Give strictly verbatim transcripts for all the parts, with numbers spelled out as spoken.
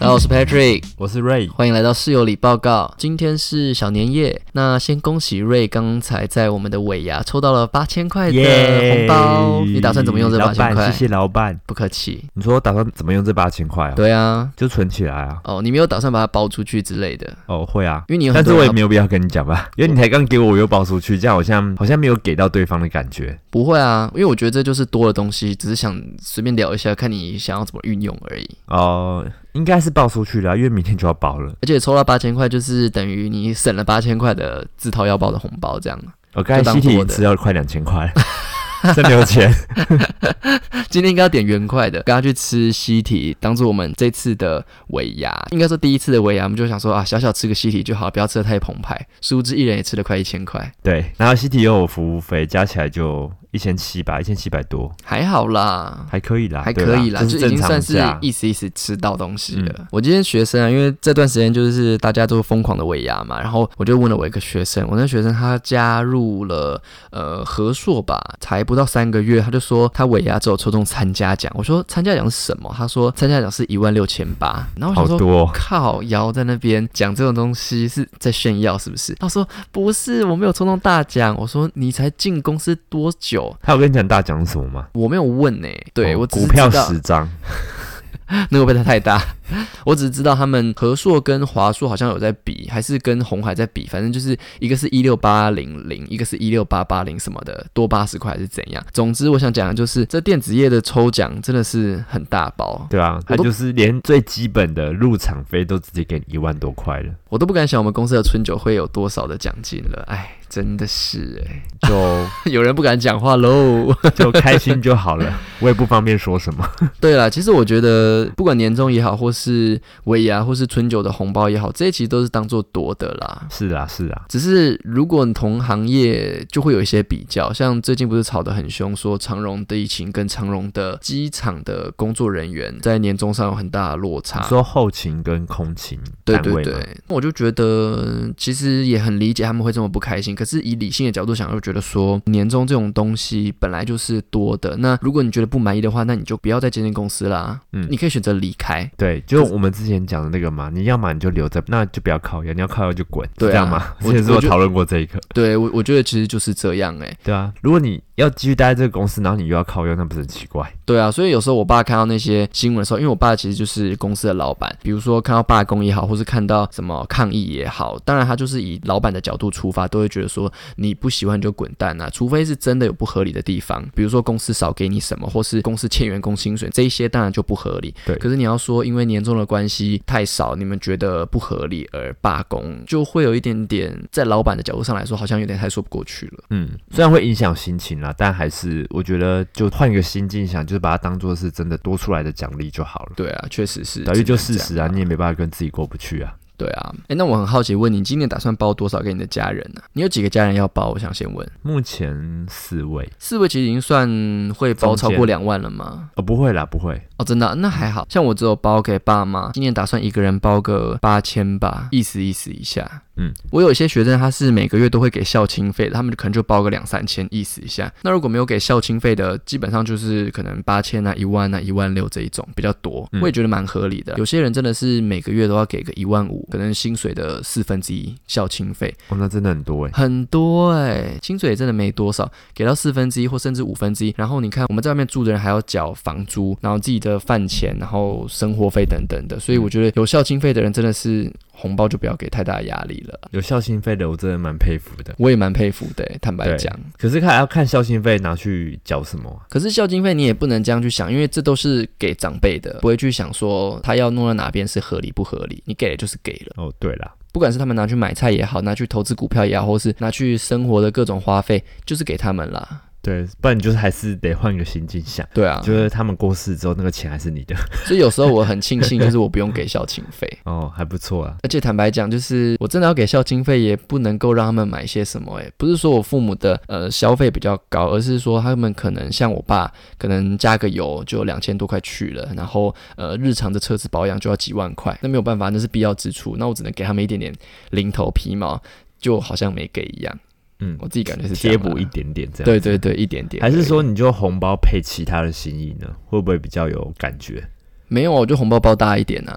Hello， 我是 Patrick， 我是 Ray， 欢迎来到室友里报告。今天是小年夜，那先恭喜 Ray 刚才在我们的尾牙抽到了八千块的红包。你打算怎么用这八千块？ 谢谢老板， 不客气。 你说打算怎么用这八千块啊？ 对啊， 就存起来啊。 哦，你没有打算把它包出去之类的？ 哦，会啊， 因为你有很多，但是我也没有必要跟你讲吧，因为你才刚给我，我又包出去，这样好像好像没有给到对方的感觉。 不会啊，因为我觉得这就是多的东西，只是想随便聊一下，看你想要怎么运用而已。 哦。应该是报出去了，因为明天就要包了。 而且抽到八千块，就是等于你省了八千块的自掏腰包的红包，这样。 我刚才西体吃要快两千块，真的有钱。 今天应该要点圆块的，跟他去吃西体，当做我们这次的尾牙，应该说第一次的尾牙，我们就想说啊，小小吃个西体就好，不要吃得太澎湃。殊不知一人也吃了快一千块。 对，然后西体又有服务费，加起来就一千七吧，一千七百多， 还好啦， 还可以啦， 还可以啦， 就就已经算是意思意思吃到东西了。 嗯、 我今天学生啊，因为这段时间就是大家都疯狂的尾牙嘛，然后我就问了我一个学生，我那学生他加入了呃和硕吧，才不到三个月，他就说他尾牙只有抽中参加奖。我说参加奖是什么？他说参加奖是一万六千八。然后我想说， 好多靠，摇在那边讲这种东西是在炫耀是不是？他说不是，我没有抽中大奖。我说你才进公司多久？ 他有跟你讲大奖是什么吗？ 我没有问呢、欸，对、哦、我只是股票十张。 那个会不会太大？我只是知道他们和硕跟华硕好像有在比，还是跟鸿海在比，反正就是一个是一六八零零，一个是一六八八零什么的，多八十块还是怎样。总之我想讲的就是这电子业的抽奖真的是很大包。 对啊，他就是连最基本的入场费都直接给你一万多块了。 我都不敢想我们公司的春酒会有多少的奖金了，哎，真的是哎、 欸，就有人不敢讲话喽， 就开心就好了，我也不方便说什么。 对啦，其实我觉得不管年终也好，或是尾牙或是春酒的红包也好，这些其实都是当做多的啦。 是啊是啊， 只是如果你同行业就会有一些比较，像最近不是吵得很凶，说长荣地勤跟长荣的机场的工作人员在年终上有很大的落差。 你说后勤跟空勤单位吗？ 对对对，我就觉得其实也很理解他们会这么不开心，可是以理性的角度想，就觉得说年终这种东西本来就是多的，那如果你觉得不满意的话，那你就不要在这间公司啦，嗯，你可以选择离开。 对，就我们之前讲的那个嘛，你要么你就留着，那就不要靠腰，你要靠腰就滚，对啊，是这样吗？之前是我讨论过这一个。 对，我我觉得其实就是这样哎、欸。 对啊，如果你要继续待在这个公司，然后你又要靠腰，那不是很奇怪？ 对啊，所以有时候我爸看到那些新闻的时候，因为我爸其实就是公司的老板，比如说看到罢工也好，或是看到什么抗议也好，当然他就是以老板的角度出发，都会觉得说你不喜欢就滚蛋啊，除非是真的有不合理的地方，比如说公司少给你什么，或是公司欠员工薪水，这一些当然就不合理。 对， 可是你要说因为年终的关系太少，你们觉得不合理而罢工，就会有一点点在老板的角度上来说，好像有点太说不过去了。 嗯，虽然会影响心情啦，但还是我觉得就换一个心境想，就是把它当作是真的多出来的奖励就好了。 对啊，确实是， 等于就事实啊，你也没办法跟自己过不去啊。 对啊，哎，那我很好奇问你，今年打算包多少给你的家人呢、啊？你有几个家人要包？我想先问。 目前四位， 四位其实已经算会包超过两万了吗？ 哦，不会啦，不会。 哦，真的、啊，那还好。像我只有包给爸妈，今年打算一个人包个八千吧，意思意思一下。嗯，我有一些学生他是每个月都会给孝亲费的，他们可能就包个两三千，意思一下。那如果没有给孝亲费的，基本上就是可能八千啊、一万啊、一万六这一种比较多，我也觉得蛮合理的。有些人真的是每个月都要给个一万五，可能薪水的四分之一孝亲费。 哦，那真的很多哎， 很多哎，薪水也真的没多少，给到四分之一或甚至五分之一。然后你看我们在外面住的人还要缴房租，然后自己的饭钱，然后生活费等等的，所以我觉得有孝亲费的人真的是。红包就不要给太大的压力了。 有孝心费的，我真的蛮佩服的。 我也蛮佩服的，坦白讲。 可是还要看孝心费拿去缴什么、啊。 可是孝经费你也不能这样去想，因为这都是给长辈的，不会去想说他要弄到哪边是合理不合理。你给了就是给了。 哦，对啦。 不管是他们拿去买菜也好，拿去投资股票也好，或是拿去生活的各种花费，就是给他们啦。 对，不然你就是还是得换一个心境想。 对啊， 就是他们过世之后，那个钱还是你的。 所以有时候我很庆幸，就是我不用给孝亲费。 哦，还不错啊。 而且坦白讲，就是我真的要给孝亲费，也不能够让他们买些什么。哎，不是说我父母的呃消费比较高，而是说他们可能像我爸，可能加个油就两千多块去了，然后呃日常的车子保养就要几万块，那没有办法，那是必要支出。那我只能给他们一点点零头皮毛，就好像没给一样。嗯，我自己感觉是贴补一点点这样。 对对对，一点点。 还是说你就红包配其他的心意呢？会不会比较有感觉？ 没有，我就红包包大一点啊。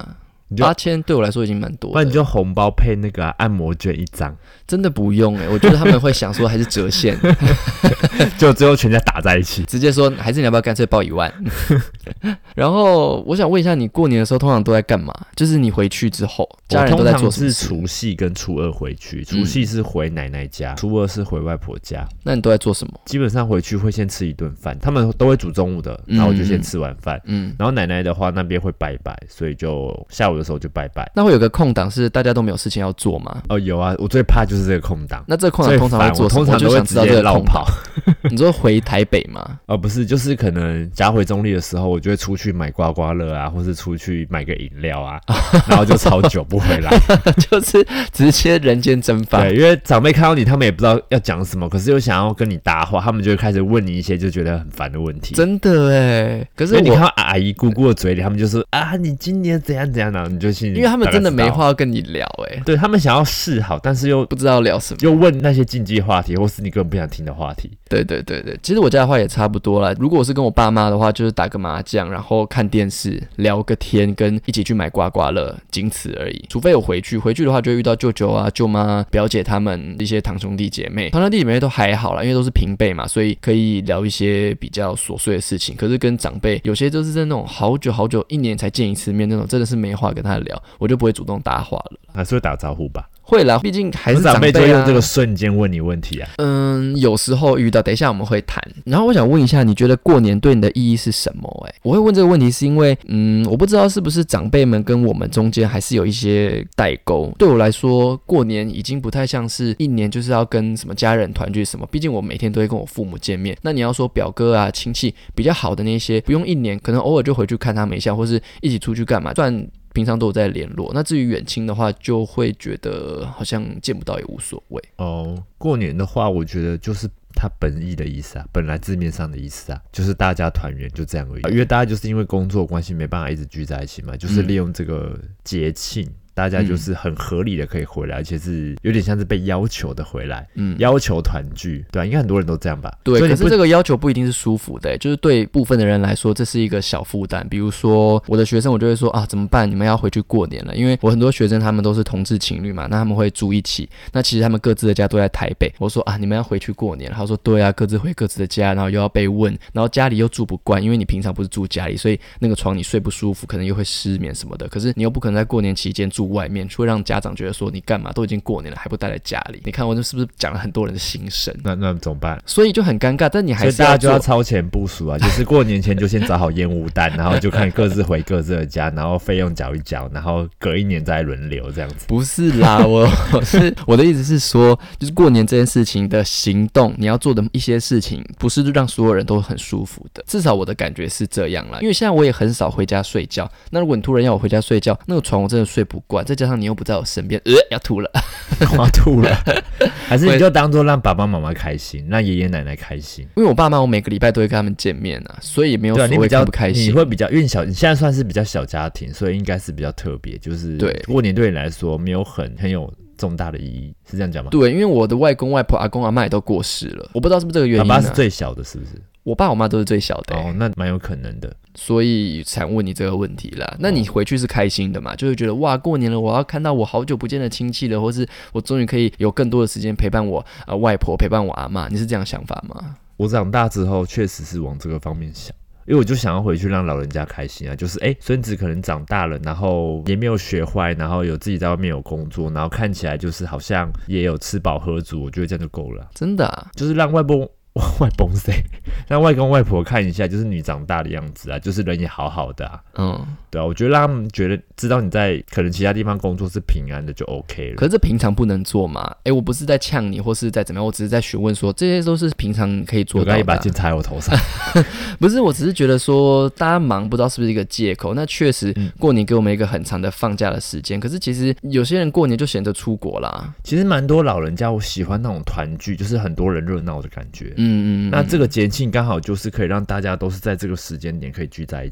八千对我来说已经蛮多的， 不然你就红包配那个、啊、按摩券一张， 真的不用哎、欸，我觉得他们会想说还是折现， 就最后全家打在一起， 直接说还是你要不要干脆报一万？然后我想问一下，你过年的时候通常都在干嘛？就是你回去之后，家人都在做什么事？ 是除夕跟初二回去，除夕是回奶奶家，嗯、初二是回外婆家。 那你都在做什么？ 基本上回去会先吃一顿饭，他们都会煮中午的，然后我就先吃完饭。嗯，然后奶奶的话那边会拜拜，所以就下午的时候就拜拜。 那会有个空档是大家都没有事情要做吗？ 哦，有啊，我最怕就是这个空档。 那这个空档通常会做什么？ 我通常都会直接绕跑。 你说回台北吗？ 哦，不是，就是可能假回中立的时候，我就会出去买刮刮乐啊，或是出去买个饮料啊，然后就超久不回来， 就是直接人间蒸发。 对，因为长辈看到你，他们也不知道要讲什么，可是又想要跟你搭话，他们就会开始问你一些就觉得很烦的问题。 真的哎，可是你看到阿姨姑姑的嘴里，他们就说啊，你今年怎样怎样呢？你就心里， 因为他们真的没话要跟你聊哎， 对他们想要示好，但是又不知道聊什么， 又问那些禁忌话题，或是你根本不想听的话题。 对对对对，其实我家的话也差不多啦。如果我是跟我爸妈的话，就是打个麻将，然后看电视，聊个天，跟一起去买刮刮乐，仅此而已。除非我回去，回去的话就会遇到舅舅啊、舅妈、表姐他们一些堂兄弟姐妹，堂兄弟姐妹都还好啦，因为都是平辈嘛，所以可以聊一些比较琐碎的事情。可是跟长辈，有些就是在那种好久好久一年才见一次面那种，真的是没话跟他聊，我就不会主动搭话了， 还是会打招呼吧。 会啦，毕竟还是长辈啊。 长辈就用这个瞬间问你问题啊。 嗯，有时候遇到，等一下我们会谈。然后我想问一下，你觉得过年对你的意义是什么？哎，我会问这个问题是因为，嗯，我不知道是不是长辈们跟我们中间还是有一些代沟。对我来说，过年已经不太像是一年就是要跟什么家人团聚什么，毕竟我每天都会跟我父母见面。那你要说表哥啊、亲戚比较好的那些，不用一年，可能偶尔就回去看他们一下，或是一起出去干嘛，算。平常都有在联络，那至于远亲的话，就会觉得好像见不到也无所谓。 哦，过年的话，我觉得就是它本意的意思啊，本来字面上的意思啊，就是大家团圆，就这样而已。因为大家就是因为工作关系没办法一直聚在一起嘛，就是利用这个节庆。嗯，大家就是很合理的可以回来，而且是有点像是被要求的回来，嗯，要求团聚，对啊，应该很多人都这样吧？ 对，可是这个要求不一定是舒服的、欸，就是对部分的人来说，这是一个小负担。比如说我的学生，我就会说啊，怎么办？你们要回去过年了，因为我很多学生他们都是同志情侣嘛，那他们会住一起，那其实他们各自的家都在台北。我说啊，你们要回去过年了，他说对啊，各自回各自的家，然后又要被问，然后家里又住不惯，因为你平常不是住家里，所以那个床你睡不舒服，可能又会失眠什么的。可是你又不可能在过年期间住外面，会让家长觉得说你干嘛都已经过年了还不待在家里？你看我这是不是讲了很多人的心声？ 那那怎么办？ 所以就很尴尬，但你还是所以大家就要超前部署啊，就是过年前就先找好烟雾弹，然后就看各自回各自的家，然后费用缴一缴，然后隔一年再轮流这样子。 不是啦，我我是我的意思是说，就是过年这件事情的行动，你要做的一些事情，不是让所有人都很舒服的。至少我的感觉是这样啦，因为现在我也很少回家睡觉。那如果你突然要我回家睡觉，那个床我真的睡不惯，再加上你又不在我身边，呃，要吐了， 要吐了，还是你就当做让爸爸妈妈开心，让爷爷奶奶开心。 因为我爸妈我每个礼拜都会跟他们见面啊，所以也没有所谓开不开心。 你会比较，因为小你现在算是比较小家庭，所以应该是比较特别，就是对过年对你来说没有很很有重大的意义，是这样讲吗？ 对，因为我的外公外婆、阿公阿嬷也都过世了，我不知道是不是这个原因、啊。 爸爸是最小的，是不是？ 我爸我妈都是最小的、欸， 哦，那蛮有可能的， 所以才问你这个问题啦。那你回去是开心的嘛？就会觉得哇，过年了，我要看到我好久不见的亲戚了，或是我终于可以有更多的时间陪伴我呃外婆，陪伴我阿嬷。你是这样想法吗？ 我长大之后确实是往这个方面想。因为我就想要回去让老人家开心啊，就是哎，孙子可能长大了，然后也没有学坏，然后有自己在外面有工作，然后看起来就是好像也有吃饱喝足，我觉得这样就够了。 真的啊？ 就是让外公外公谁让外公外婆看一下，就是你长大的样子啊，就是人也好好的啊。嗯，对啊，我觉得让他们觉得知道你在可能其他地方工作是平安的就 OK 了。 可是这平常不能做嘛？哎，我不是在呛你，或是在怎么样，我只是在询问说，这些都是平常可以做到的、啊。 有刚一把剑插在我头上， 不是，我只是觉得说大家忙不知道是不是一个借口。那确实过年给我们一个很长的放假的时间，可是其实有些人过年就选择出国啦。 其实蛮多老人家我喜欢那种团聚，就是很多人热闹的感觉。嗯嗯，那这个节庆刚好就是可以让大家都是在这个时间点可以聚在一起啊。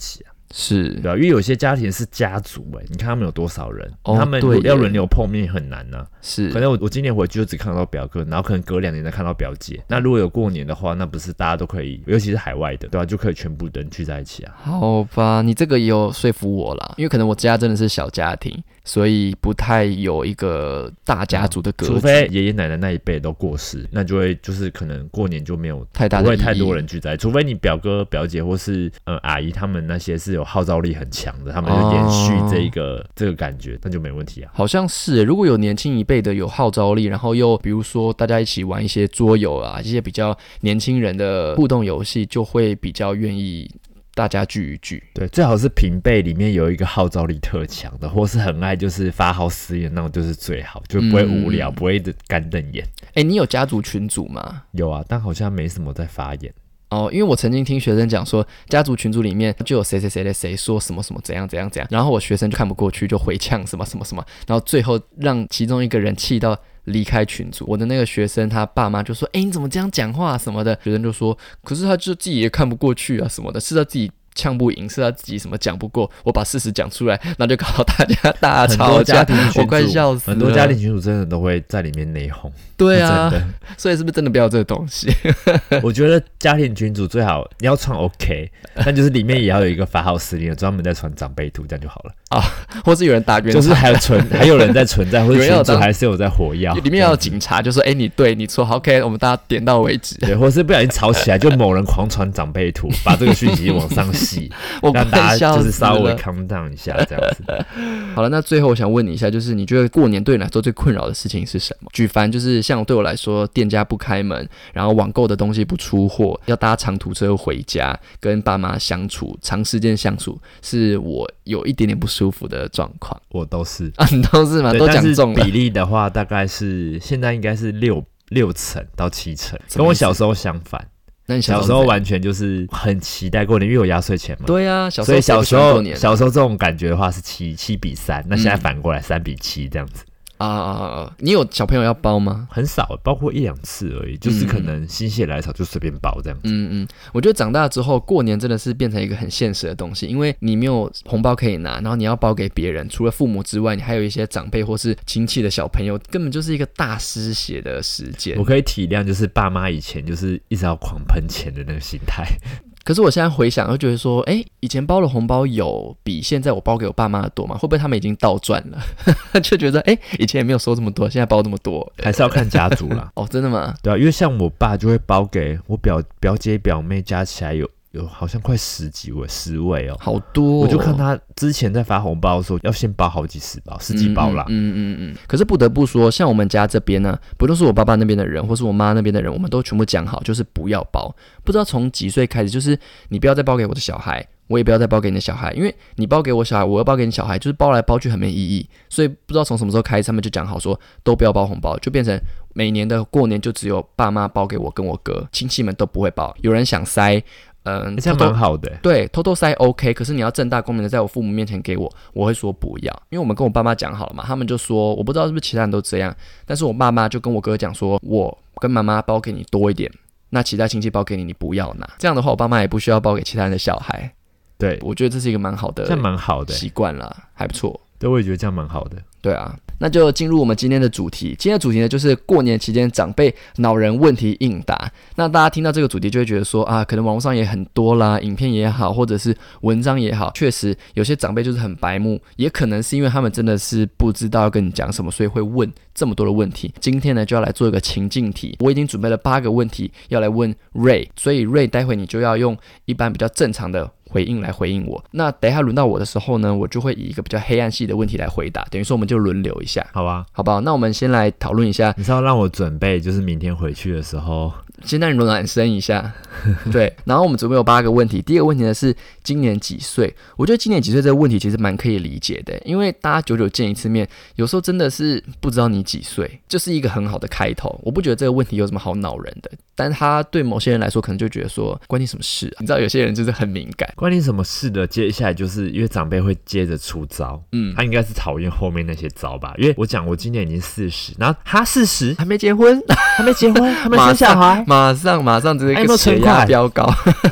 是， 对啊，因为有些家庭是家族哎、欸，你看他们有多少人，哦、他们要轮流碰面很难呢、啊。 是， 可能我我今年回去就只看到表哥，然后可能隔两年再看到表姐。那如果有过年的话，那不是大家都可以，尤其是海外的，对吧、啊？就可以全部人聚在一起啊。 好吧，你这个也有说服我啦，因为可能我家真的是小家庭，所以不太有一个大家族的格局。 除非爷爷奶奶那一辈都过世，那就会就是可能过年就没有太大的， 不会太多人聚在，除非你表哥表姐或是呃阿姨他们那些是有号召力很强的，他们就延续这个、哦、这个感觉，那就没问题啊。 好像是，如果有年轻一辈的有号召力，然后又比如说大家一起玩一些桌游啊，这些比较年轻人的互动游戏，就会比较愿意大家聚一聚。 对，最好是平辈里面有一个号召力特强的，或是很爱就是发号施令那种，就是最好，就不会无聊，嗯、不会一直干瞪眼。 哎、欸，你有家族群组吗？ 有啊，但好像没什么在发言。 哦，因为我曾经听学生讲说，家族群组里面就有谁谁谁的谁说什么什么怎样怎样怎样，然后我学生就看不过去，就回呛什么什么什么，然后最后让其中一个人气到离开群组。我的那个学生他爸妈就说：“哎，你怎么这样讲话什么的？”学生就说：“可是他就自己也看不过去啊什么的，是他自己呛不赢，是他自己什么讲不过，我把事实讲出来，那就搞到大家大吵架，我快笑死了。” 很多家庭群组真的都会在里面内讧。 对啊，所以是不是真的不要这个东西？ 我觉得家庭群组最好你要传 OK， 但就是里面也要有一个发号施令的，专门在传长辈图，这样就好了啊。或是有人打圆场， 就是还有存，还有人在存在，或者群组还是有在活跃， 里面要有警察，就说：“哎、欸，你对你错 ，OK， 我们大家点到为止。” 对，或是不小心吵起来，就某人狂传长辈图，把这个讯息往上洗，让大家就是稍微 calm down 一下，这样子。 好了，那最后我想问你一下，就是你觉得过年对你来说最困扰的事情是什么？举凡就是像对我来说，店家不开门，然后网购的东西不出货，要搭长途车回家，跟爸妈相处，长时间相处，是我有一点点不舒服的状况。 我都是啊，你都是吗？都讲中了。 但是比例的话，大概是现在应该是六六成到七成，跟我小时候相反。 那你小时候完全就是很期待过年，因为有压岁钱嘛。 对啊，小时候所以小时候小时候这种感觉的话是七七比三，那现在反过来三比七这样子。 啊啊啊！你有小朋友要包吗？ 很少，包括一两次而已，就是可能心血来潮就随便包这样子。 嗯嗯，我觉得长大之后过年真的是变成一个很现实的东西，因为你没有红包可以拿，然后你要包给别人，除了父母之外，你还有一些长辈或是亲戚的小朋友，根本就是一个大失血的时间。 我可以体谅，就是爸妈以前就是一直要狂喷钱的那个心态。 可是我现在回想，会觉得说，哎，以前包的红包有比现在我包给我爸妈的多吗？会不会他们已经倒赚了？就觉得，哎，以前也没有收这么多，现在包这么多， 还是要看家族啦。 哦，真的吗？ 对啊，因为像我爸就会包给我表表姐表妹，加起来有。有好像快十几位，十位哦， 好多、哦。 我就看他之前在发红包的时候，要先包好几十包，十几包啦。 嗯嗯嗯嗯。可是不得不说，像我们家这边呢，不论是我爸爸那边的人，或是我妈那边的人，我们都全部讲好，就是不要包。不知道从几岁开始，就是你不要再包给我的小孩，我也不要再包给你的小孩，因为你包给我小孩，我要包给你小孩，就是包来包去很没意义。所以不知道从什么时候开始，他们就讲好说都不要包红包，就变成每年的过年就只有爸妈包给我跟我哥，亲戚们都不会包。有人想塞。嗯， 这样蛮好的。 对，偷偷塞 OK， 可是你要正大光明的在我父母面前给我，我会说不要，因为我们跟我爸妈讲好了嘛，他们就说我不知道是不是其他人都这样，但是我爸妈就跟我哥讲说，我跟妈妈包给你多一点，那其他亲戚包给你，你不要拿。这样的话，我爸妈也不需要包给其他人的小孩。 对， 我觉得这是一个蛮好的， 这样蛮好的习惯啦，还不错。 对，我也觉得这样蛮好的。 对啊，那就进入我们今天的主题。今天的主题呢，就是过年期间长辈恼人问题应答。那大家听到这个主题就会觉得说啊，可能网络上也很多啦，影片也好，或者是文章也好，确实有些长辈就是很白目，也可能是因为他们真的是不知道要跟你讲什么，所以会问这么多的问题。今天呢，就要来做一个情境题。我已经准备了八个问题要来问 Ray， 所以 Ray 待会你就要用一般比较正常的回应来回应我。那等一下轮到我的时候呢，我就会以一个比较黑暗系的问题来回答，等于说我们就轮流一下。 好啊， 好不好？那我们先来讨论一下。 你是要让我准备，就是明天回去的时候， 先让你暖身一下。对，然后我们准备有八个问题。第一个问题呢是今年几岁？我觉得今年几岁这个问题其实蛮可以理解的，因为大家久久见一次面，有时候真的是不知道你几岁，就是一个很好的开头。我不觉得这个问题有什么好恼人的，但他对某些人来说可能就觉得说关你什么事啊？你知道有些人就是很敏感， 关你什么事的。接下来就是因为长辈会接着出招，嗯，他应该是讨厌后面那些招吧？因为我讲我今年已经四十，然后他四十还没结婚， 还没结婚，还没生小孩， 马上马上直接血压飙高。 对，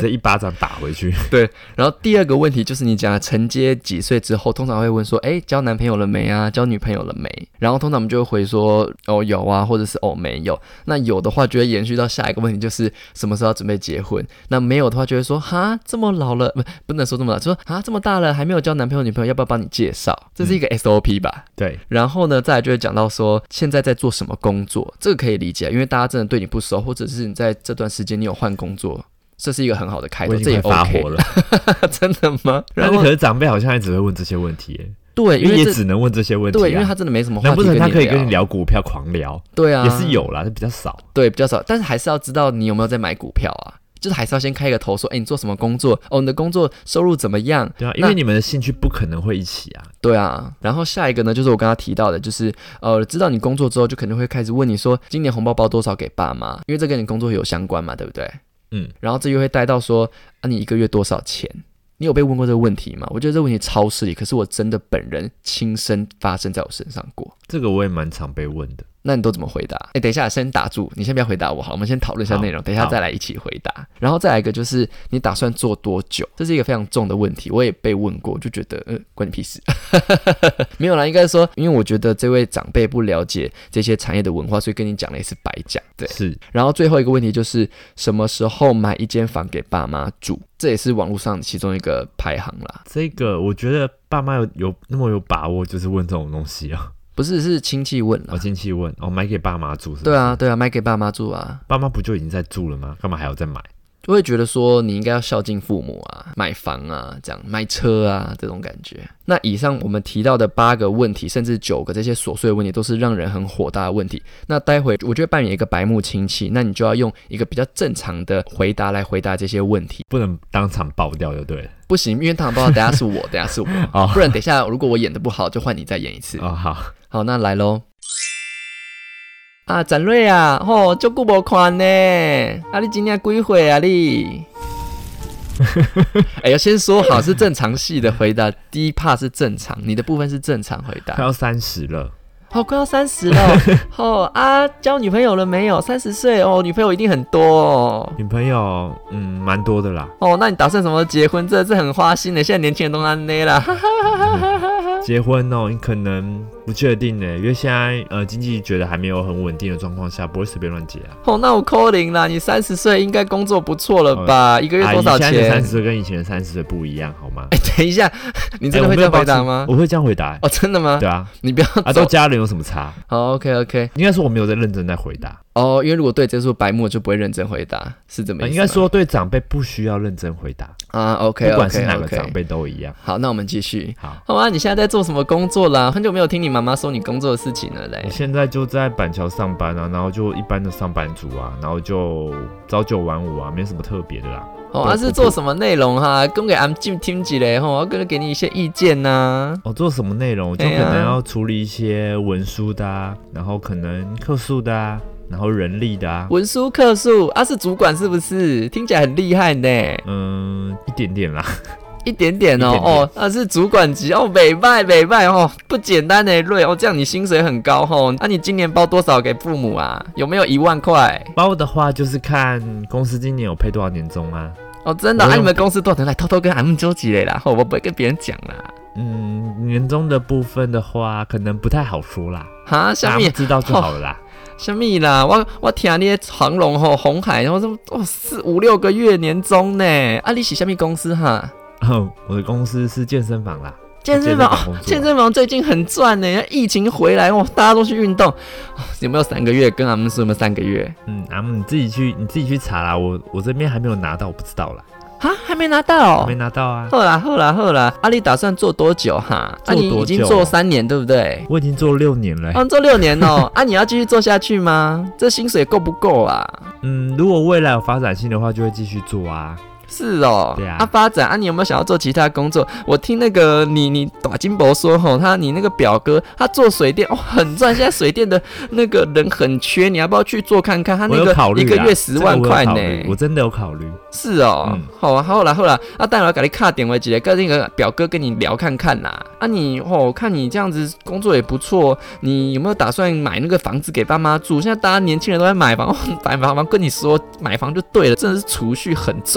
这一巴掌打回去。 对，然后第二个问题就是你讲的承接几岁之后，通常会问说，哎，交男朋友了没啊？交女朋友了没？然后通常我们就会回说，哦有啊，或者是哦没有。那有的话就会延续到下一个问题，就是什么时候要准备结婚？那没有的话就会说，哈这么老了，不不能说这么老，就说啊这么大了还没有交男朋友女朋友，要不要帮你介绍？这是一个 S O P 吧？ 嗯、对。 然后呢，再来就会讲到说现在在做什么工作，这个可以理解，因为大家真的对你不熟，或者是你在这段时间你有换工作。这是一个很好的开头，这也 OK 了。 真的吗？ 但是可是长辈好像也只会问这些问题耶。 对， 因为也只能问这些问题、啊。 对，因为他真的没什么话题跟你聊。 难不成他可以跟你聊股票狂聊？ 对啊， 也是有啦，但比较少。 对，比较少，但是还是要知道你有没有在买股票啊。就是还是要先开个头说，哎，你做什么工作？哦，你的工作收入怎么样？ 对啊，因为你们的兴趣不可能会一起啊。 对啊，然后下一个呢，就是我刚刚提到的，就是呃，知道你工作之后，就可能会开始问你说，今年红包包多少给爸妈？因为这跟你工作有相关嘛，对不对？嗯，然后这又会带到说，啊，你一个月多少钱？你有被问过这个问题吗？我觉得这个问题超失礼，可是我真的本人亲身发生在我身上过。 这个我也蛮常被问的。 那你都怎么回答？哎，等一下，先打住，你先不要回答我，好，我们先讨论一下内容，等一下再来一起回答。然后再来一个就是你打算做多久？这是一个非常重的问题，我也被问过，就觉得呃，关你屁事。没有啦，应该说，因为我觉得这位长辈不了解这些产业的文化，所以跟你讲了也是白讲。对， 是。 然后最后一个问题就是什么时候买一间房给爸妈住？这也是网络上其中一个排行啦。 这个我觉得爸妈有有那么有把握，就是问这种东西啊。 不是，是亲戚问了。 哦，亲戚问哦，买给爸妈住是不是？ 对啊，对啊，买给爸妈住啊。 爸妈不就已经在住了吗？干嘛还要再买？ 就会觉得说你应该要孝敬父母啊，买房啊，这样买车啊，这种感觉。那以上我们提到的八个问题，甚至九个这些琐碎的问题，都是让人很火大的问题。那待会我就会扮演一个白目亲戚，那你就要用一个比较正常的回答来回答这些问题， 不能当场爆掉就对了。 不行，因为当场爆掉，等下是我，等下是我，哦、不然等一下如果我演得不好，就换你再演一次。 哦，好。 好，那来咯。啊，展瑞啊，吼，足久无看呢，啊，你今年几岁啊你？哎、欸，要先说好是正常系的回答，第一 part 是正常，你的部分是正常回答。 快要三十了， 好，快要三十了，哦啊，交女朋友了没有？三十岁哦，女朋友一定很多哦。 女朋友，嗯，蛮多的啦。 哦，那你打算什么时候结婚？这是很花心的，现在年轻人都安内啦。 结婚哦，你可能不确定呢，因为现在呃经济觉得还没有很稳定的状况下，不会随便乱结啊。 哦，那我扣零啦，你三十岁应该工作不错了吧？哦、一个月多少钱？ 啊、现在的三十岁跟以前的三十岁不一样，好吗？ 哎、欸，等一下，你真的会这样回答吗？ 欸、我, 我会这样回答、欸。 哦，真的吗？ 对啊， 你不要啊，都家人有什么差？ 好 ，OK OK， 应该说我没有在认真在回答。 哦，因为如果对这束白目就不会认真回答，是这么意思吗？ 应该说对长辈不需要认真回答啊 ，OK， 不管是哪个长辈都一样。 好，那我们继续。 好， 好啊，你现在在做什么工作啦？很久没有听你妈妈说你工作的事情了嘞。 我现在就在板桥上班啊，然后就一般的上班族啊，然后就朝九晚五啊，没什么特别的啦。 哦，他、啊、是做什么内容哈？跟给俺们听几嘞吼，我跟给你一些意见呐、啊。 哦，做什么内容？就可能要处理一些文书的啊，然后可能客诉的啊。然后人力的啊， 文书客诉啊，是主管是不是？听起来很厉害呢。 嗯，一点点啦， 一点点哦。 点点哦，那、啊、是主管级哦，美拜美拜哦，不简单呢，瑞哦，这样你薪水很高哦。那、啊、你今年包多少给父母啊？有没有一万块？ 包的话就是看公司今年有配多少年终啊。 哦，真的？啊，你们公司多少人来偷偷跟俺们纠集嘞啦？哦，我不会跟别人讲啦。 嗯，年终的部分的话，可能不太好说啦。 哈，下面知道就好了啦。 什么啦？我我听你长荣吼红海，然后说哦四五六个月年终呢。啊，你是什么公司哈？ 哦，我的公司是健身房啦。 健身房，健身房, 哦、健身房最近很赚呢。疫情回来哦，大家都去运动、哦。有没有三个月？跟俺们说有没有三个月？ 嗯，俺们你自己去，你自己去查啦。我我这边还没有拿到，我不知道啦。 哈，还没拿到、哦， 没拿到啊。 好啦好啦好啦，啊，你打算做多久哈？ 做多久、啊？ 你已经做三年对不对？ 我已经做六年了、欸。 啊，做六年哦。啊，你要继续做下去吗？这薪水够不够啊？ 嗯，如果未来有发展性的话，就会继续做啊。 是哦， 对啊。 啊，发展啊，你有没有想要做其他工作？我听那个你你大金伯说吼，他你那个表哥他做水电哦，很赚。现在水电的那个人很缺，你要不要去做看看？他那个一个月十万块呢、 這個，我真的有考慮。 是哦，嗯、好啊，好啦好啦，啊，待会我给你卡点位几个，跟那个表哥跟你聊看看啦。啊你，你哦，看你这样子工作也不错，你有没有打算买那个房子给爸妈住？现在大家年轻人都在买房，哦、买房房跟你说买房就对了，真的是储蓄很重要。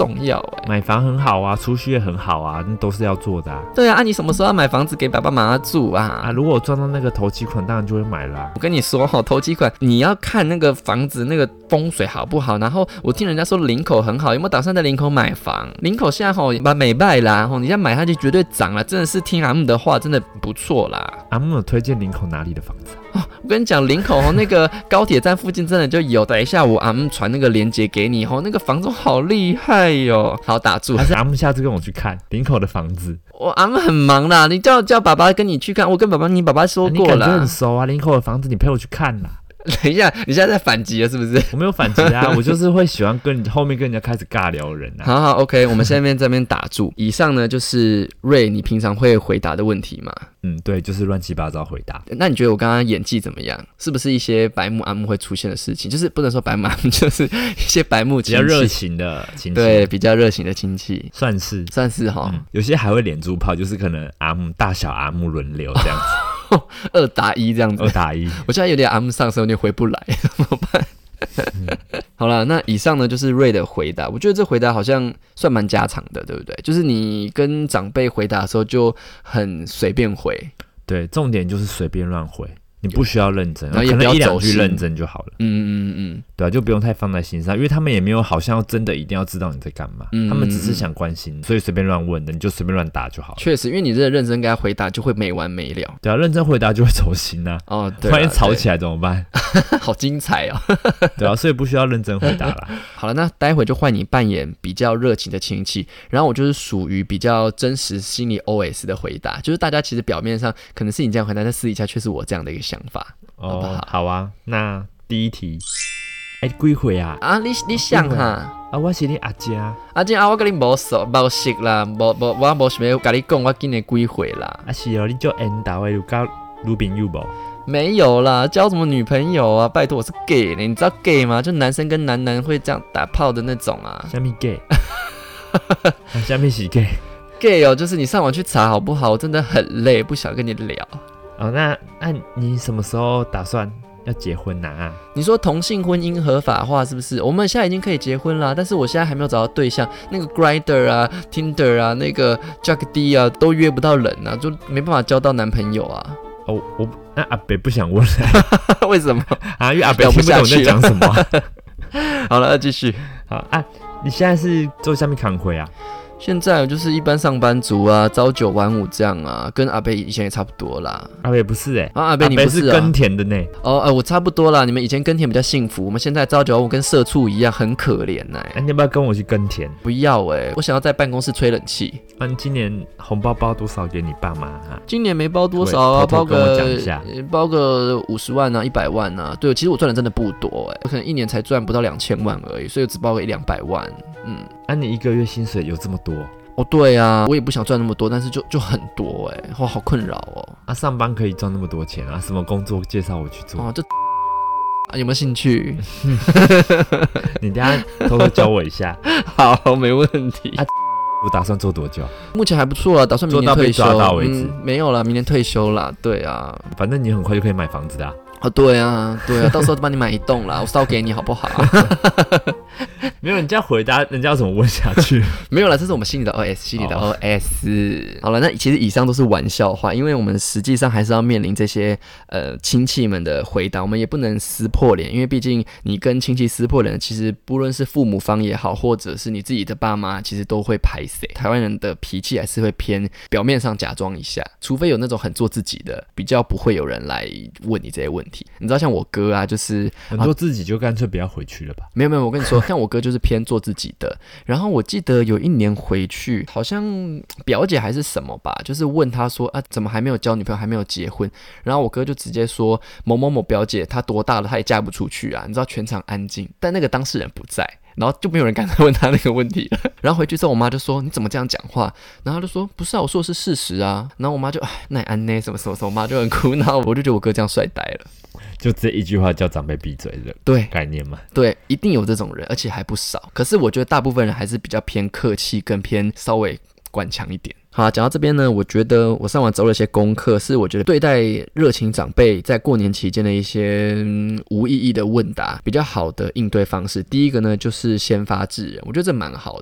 哎。 买房很好啊，储蓄也很好啊，那都是要做的啊。 对啊，啊你什么时候要买房子给爸爸妈妈住啊？ 啊，如果我赚到那个头期款，当然就会买啦、啊。 我跟你说哈、哦，头期款你要看那个房子那个风水好不好。然后我听人家说林口很好，有没有打算在林口买房？林口现在吼把美败啦，吼你现在买它就绝对涨了，真的是听阿木的话，真的不错啦。 阿木有推荐林口哪里的房子、啊？ 哦，我跟你讲，林口吼那个高铁站附近真的就有。等一下我阿木传那个链接给你吼，那个房子好厉害哟。好，打住。 还是阿木下次跟我去看林口的房子。 我阿木很忙啦，你叫叫爸爸跟你去看。我跟爸爸你爸爸说过了。 你感觉很熟啊，林口的房子你陪我去看啦。 等一下，你现在在反击了是不是？ 我没有反击啊，我就是会喜欢跟后面跟人家开始尬聊的人啊。 好好 ，OK， 我们下面这边打住。以上呢就是Ray你平常会回答的问题嘛？ 嗯，对，就是乱七八糟回答。 那你觉得我刚刚演技怎么样？是不是一些白目阿木会出现的事情？就是不能说白目阿木，就是一些白目亲戚， 比较热情的亲戚， 对，比较热情的亲戚， 算是算是哈、 嗯。有些还会连珠炮，就是可能阿木大小阿木轮流这样子。 二打一这样子， 二打一， 我现在有点阿木上身，有点回不来，怎么办？嗯、好了，那以上呢就是Ray的回答，我觉得这回答好像算蛮家常的，对不对？就是你跟长辈回答的时候就很随便回， 对，重点就是随便乱回。你不需要认真， 然后也不要可能一两句认真就好了。 嗯嗯嗯， 对啊，就不用太放在心上，因为他们也没有好像要真的一定要知道你在干嘛，嗯、他们只是想关心，所以随便乱问的，你就随便乱答就好了。 确实，因为你真的认真跟他回答，就会没完没了。 对啊，认真回答就会走心啊。 哦，对， 万一吵起来怎么办？ 好精彩哦。 对啊，所以不需要认真回答啦。 好了，那待会就换你扮演比较热情的亲戚，然后我就是属于比较真实心理 O S 的回答，就是大家其实表面上可能是你这样回答，但私底下却是我这样的一个想法。 哦， 好不好？ 好啊，那第一题，哎、欸，几岁啊？ 啊，你你想哈？ 啊，我是你阿姐。 阿姐啊，我跟你无熟无熟啦，无无我无想要跟你讲我今年几岁啦。 啊是哦，你做缘投的有交女朋友无？ 没有啦，交什么女朋友啊？拜托，我是 gay 呢，你知道 gay 吗？就男生跟男男会这样打炮的那种啊。 什么 gay？ 什么是 gay？ gay 哦，就是你上网去查好不好？我真的很累，不想跟你聊。 哦，那那你什么时候打算要结婚啊？ 你说同性婚姻合法化是不是？我们现在已经可以结婚啦，但是我现在还没有找到对象。那个 Grindr 啊、Tinder 啊、那个 Jack D 啊，都约不到人啊，就没办法交到男朋友啊。 哦，我那阿北不想问了， 为什么啊？因为阿北听不懂我在讲什么、啊。 好了，继续。 好啊，你现在是做下面扛回啊？ 现在就是一般上班族啊，朝九晚五这样啊，跟阿贝以前也差不多啦。 阿贝不是哎、欸， 啊阿贝你不是啊？ 是耕田的呢。 哦，呃，我差不多啦。你们以前耕田比较幸福，我们现在朝九晚五跟社畜一样，很可怜哎、 欸。你要不要跟我去耕田？ 不要哎、欸，我想要在办公室吹冷气。 那、啊、今年红包包多少给你爸妈啊？ 今年没包多少啊， 偷偷跟我讲一下， 包个五十万啊，一百万啊。对，其实我赚的真的不多哎、欸，我可能一年才赚不到两千万而已，所以我只包个一两百万。嗯， 啊，你一个月薪水有这么多？ 哦，对啊，我也不想赚那么多，但是就就很多哎、欸，哇，好困扰哦。 啊，上班可以赚那么多钱啊？什么工作介绍我去做？ 哦，就、啊、有没有兴趣？ 你等一下偷偷教我一下。 好，没问题。啊， 我打算做多久？ 目前还不错啊，打算明年退休。 做到被抓到为止、 嗯。没有啦，明年退休啦。对啊， 反正你很快就可以买房子的、啊。 哦，对啊，对啊，到时候帮你买一栋啦，我烧给你好不好？ 没有，你这样回答，人家要怎么问下去？ 没有啦，这是我们心里的 O S， 心里的 O S。Oh. 好了，那其实以上都是玩笑话，因为我们实际上还是要面临这些呃亲戚们的回答，我们也不能撕破脸，因为毕竟你跟亲戚撕破脸，其实不论是父母方也好，或者是你自己的爸妈，其实都会排斥。台湾人的脾气还是会偏表面上假装一下，除非有那种很做自己的，比较不会有人来问你这些问题。你知道像我哥啊，就是很多自己就干脆不要回去了吧？ 没有没有，我跟你说，像我哥就是偏做自己的。然后我记得有一年回去，好像表姐还是什么吧，就是问他说啊，怎么还没有交女朋友，还没有结婚？然后我哥就直接说某某某表姐她多大了，她也嫁不出去啊。你知道全场安静，但那个当事人不在。然后就没有人敢再问他那个问题了。然后回去之后，我妈就说：“你怎么这样讲话？”然后他就说：“不是啊，我说的是事实啊。”然后我妈就：“哎，那安呢？什么什么什么？”我妈就很苦恼。我就觉得我哥这样帅呆了。 就这一句话叫长辈闭嘴的对概念嘛？ 对，一定有这种人，而且还不少。可是我觉得大部分人还是比较偏客气，跟偏稍微顽强一点。好，讲到这边呢，我觉得我上网找了一些功课，是我觉得对待热情长辈在过年期间的一些、嗯、无意义的问答比较好的应对方式。第一个呢，就是先发制人，我觉得这蛮好的。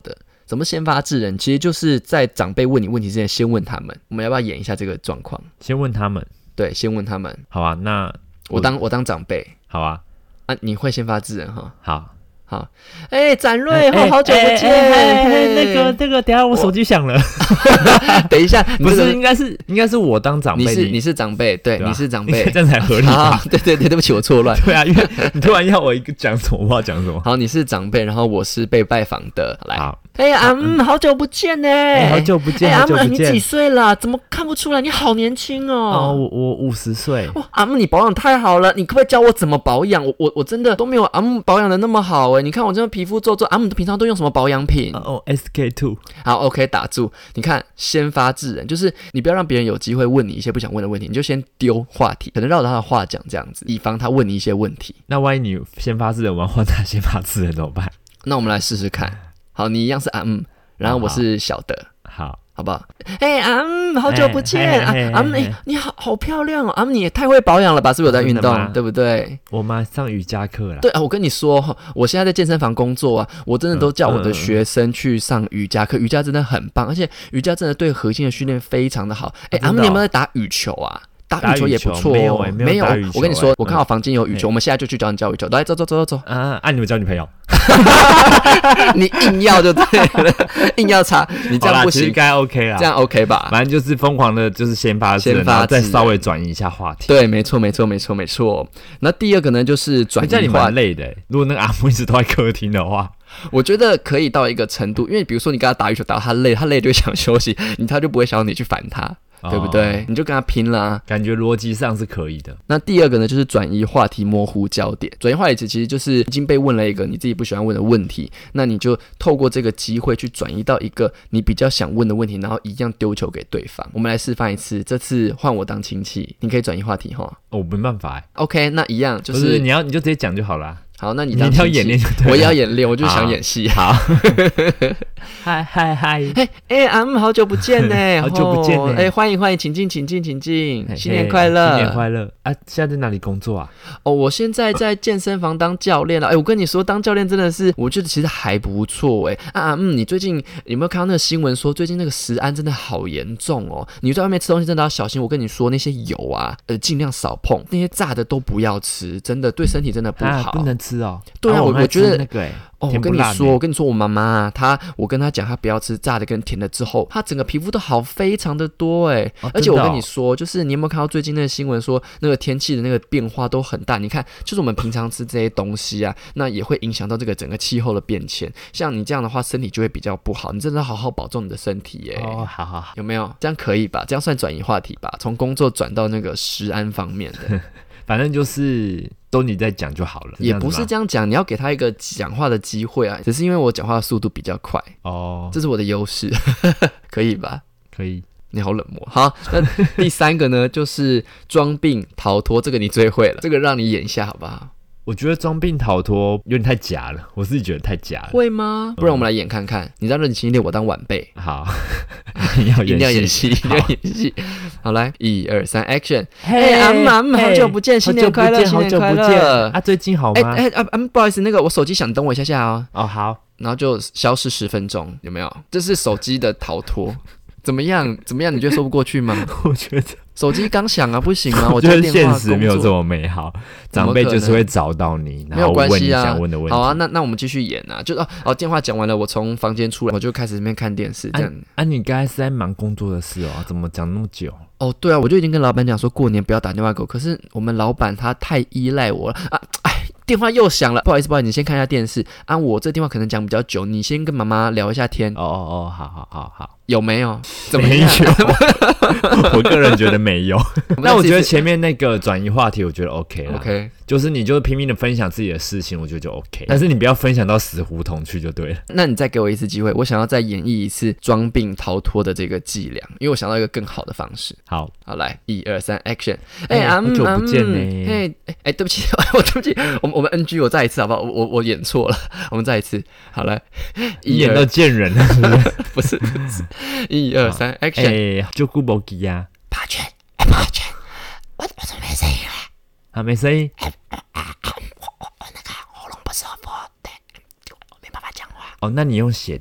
什么先发制人？其实就是在长辈问你问题之前，先问他们。我们要不要演一下这个状况？ 先问他们。 对，先问他们。 好啊，那我, 我当我当长辈。 好啊， 啊，你会先发制人哈？ 好。 好，哎、欸，展瑞，好、欸、好久不见。 欸欸欸、那个那个，等一下我手机响了。 等一下， 不是，应该是应该是我当长辈。 你是你是长辈，对，对你是长辈， 这样才合理吧？ 对对对，对不起，我错乱。 对啊，因为你突然要我一个讲什么，我不知道讲什么。 好，你是长辈，然后我是被拜访的。来， 好。 哎、欸、呀，嗯，好久不见呢、欸， 好久不见， 哎、欸， 好久不见。 你几岁了？怎么看不出来？你好年轻哦。 哦，我我五十岁。 哇，阿木，你保养太好了，你可不可以教我怎么保养？我我我真的都没有阿木保养的那么好哎。你看我这皮肤皱皱，阿木平常都用什么保养品？ 哦 ，S K two。 好 ，OK， 打住。你看，先发制人，就是你不要让别人有机会问你一些不想问的问题，你就先丢话题，可能绕着他的话讲这样子，以防他问你一些问题。 那万一你先发制人，我要换他先发制人怎么办？ 那我们来试试看。好，你一样是阿木。然后我是小的， 好， 好不好？哎、欸，阿姆，好久不见，阿姆，你你好好漂亮哦，阿姆，你也太会保养了吧？是不是有在运动？对不对？ 我妈上瑜伽课了。 对啊，我跟你说，我现在在健身房工作啊，我真的都叫我的学生去上瑜伽课，瑜伽真的很棒，而且瑜伽真的对核心的训练非常的好。哎、欸，阿姆，你有没有在打羽球啊？打羽球也不错、哦， 没有、欸、没有打羽球、欸。 我跟你说，我看好房间有羽球、嗯，我们现在就去教你教羽球。来，走走走走走。 啊，按、啊、你们交女朋友。 你硬要就对了，硬要插，你这样不行。 应该 OK 啦， 这样 OK 吧？ 反正就是疯狂的，就是先发制人，先发制人，再稍微转移一下话题。 对，没错，没错，没错，没错。那第二个呢，就是转移话题。 这样你蛮累的，如果那个阿木一直都在客厅的话。 我觉得可以到一个程度，因为比如说你跟他打羽球打到他累，他累就会想休息，你他就不会想要你去烦他。对不对、哦？你就跟他拼啦、啊， 感觉逻辑上是可以的。 那第二个呢，就是转移话题，模糊焦点。转移话题其实就是已经被问了一个你自己不喜欢问的问题，那你就透过这个机会去转移到一个你比较想问的问题，然后一样丢球给对方。我们来示范一次，这次换我当亲戚，你可以转移话题哈。 哦，我没办法哎。 OK， 那一样就是， 不是你要你就直接讲就好啦。 好，那你当亲戚， 你要演练就对了， 我也要演练，我就想演戏。 好，嗨嗨嗨， 嘿，哎，阿姆，好久不见呢， 好久不见呢， 哎，欢迎欢迎，请进请进请进，新年快乐， 新年快乐啊！现在在哪里工作啊？ 哦，我现在在健身房当教练了。哎，我跟你说，当教练真的是，我觉得其实还不错哎。啊嗯，你最近有没有看到那个新闻说，最近那个食安真的好严重哦？你在外面吃东西真的要小心。我跟你说，那些油啊，呃，尽量少碰，那些炸的都不要吃，真的对身体真的不好， 啊、不能吃哦。 对啊， 啊我我觉得那个哎。 哦，我跟你说，我跟你说，我妈妈啊，她，我跟她讲，她不要吃炸的跟甜的之后，她整个皮肤都好非常的多哎、 哦， 而且我跟你说，就是你有没有看到最近那个新闻说，那个天气的那个变化都很大？你看，就是我们平常吃这些东西啊，那也会影响到这个整个气候的变迁。像你这样的话，身体就会比较不好。你真的要好好保重你的身体耶。 哦，好好好， 有没有？这样可以吧？这样算转移话题吧？从工作转到那个食安方面的。 反正就是都你在讲就好了， 也不是这样讲，你要给他一个讲话的机会啊。只是因为我讲话的速度比较快哦，这是我的优势，可以吧？ 可以。 你好冷漠。好，那第三个呢，就是装病逃脱，这个你最会了，这个让你演一下好不好？ 我觉得装病逃脱有点太假了，我自己觉得太假了。 会吗？不然我们来演看看。你让任情一点，我当晚辈。 好，你要演戏， 一定要演戏，一定要演戏。好，来，一二三 ，Action！ 哎，阿姆阿姆，好久不见，新年快乐，新年快乐！ 啊，最近好吗？ 哎哎啊，不好意思，那个我手机响，等我一下下哦。 哦，好。 然后就消失十分钟，有没有？这是手机的逃脱。怎么样？怎么样？你觉得说不过去吗？ 我觉得手机刚响啊，不行吗？我觉得现实没有这么美好，长辈就是会找到你，然后问你想问的问题。 好啊，那那我们继续演啊，就哦哦，电话讲完了，我从房间出来，我就开始那边看电视，这样。 啊，啊你刚才是在忙工作的事哦？怎么讲那么久？ 哦，对啊，我就已经跟老板讲说过年不要打电话给我，可是我们老板他太依赖我了啊！哎。电话又响了，不好意思，不好意思，你先看一下电视啊。我这电话可能讲比较久，你先跟妈妈聊一下天。 哦哦哦，好好好好， 有没有？怎么样？ 没有，我个人觉得没有。那我觉得前面那个转移话题，我觉得 OK 啦 OK， 就是你就拼命的分享自己的事情，我觉得就 OK。但是你不要分享到死胡同去就对了。 那你再给我一次机会，我想要再演绎一次装病逃脱的这个伎俩，因为我想到一个更好的方式。 好， 好来，一二三 ，Action！ 哎、欸，好久不见呢。 哎哎哎，对不起，我对不起，我们我们 N G， 我再一次好不好？我我我演错了，我们再一次。好来， 你演到贱人了，是不是？ 不是不是，一二三 ，Action！ 哎，就顾不记呀。 八圈，哎八圈，我我怎么没声音了？ 啊，没声音。 哎啊啊！我我我那个喉咙不舒服，对，我没办法讲话。 哦，那你用写的。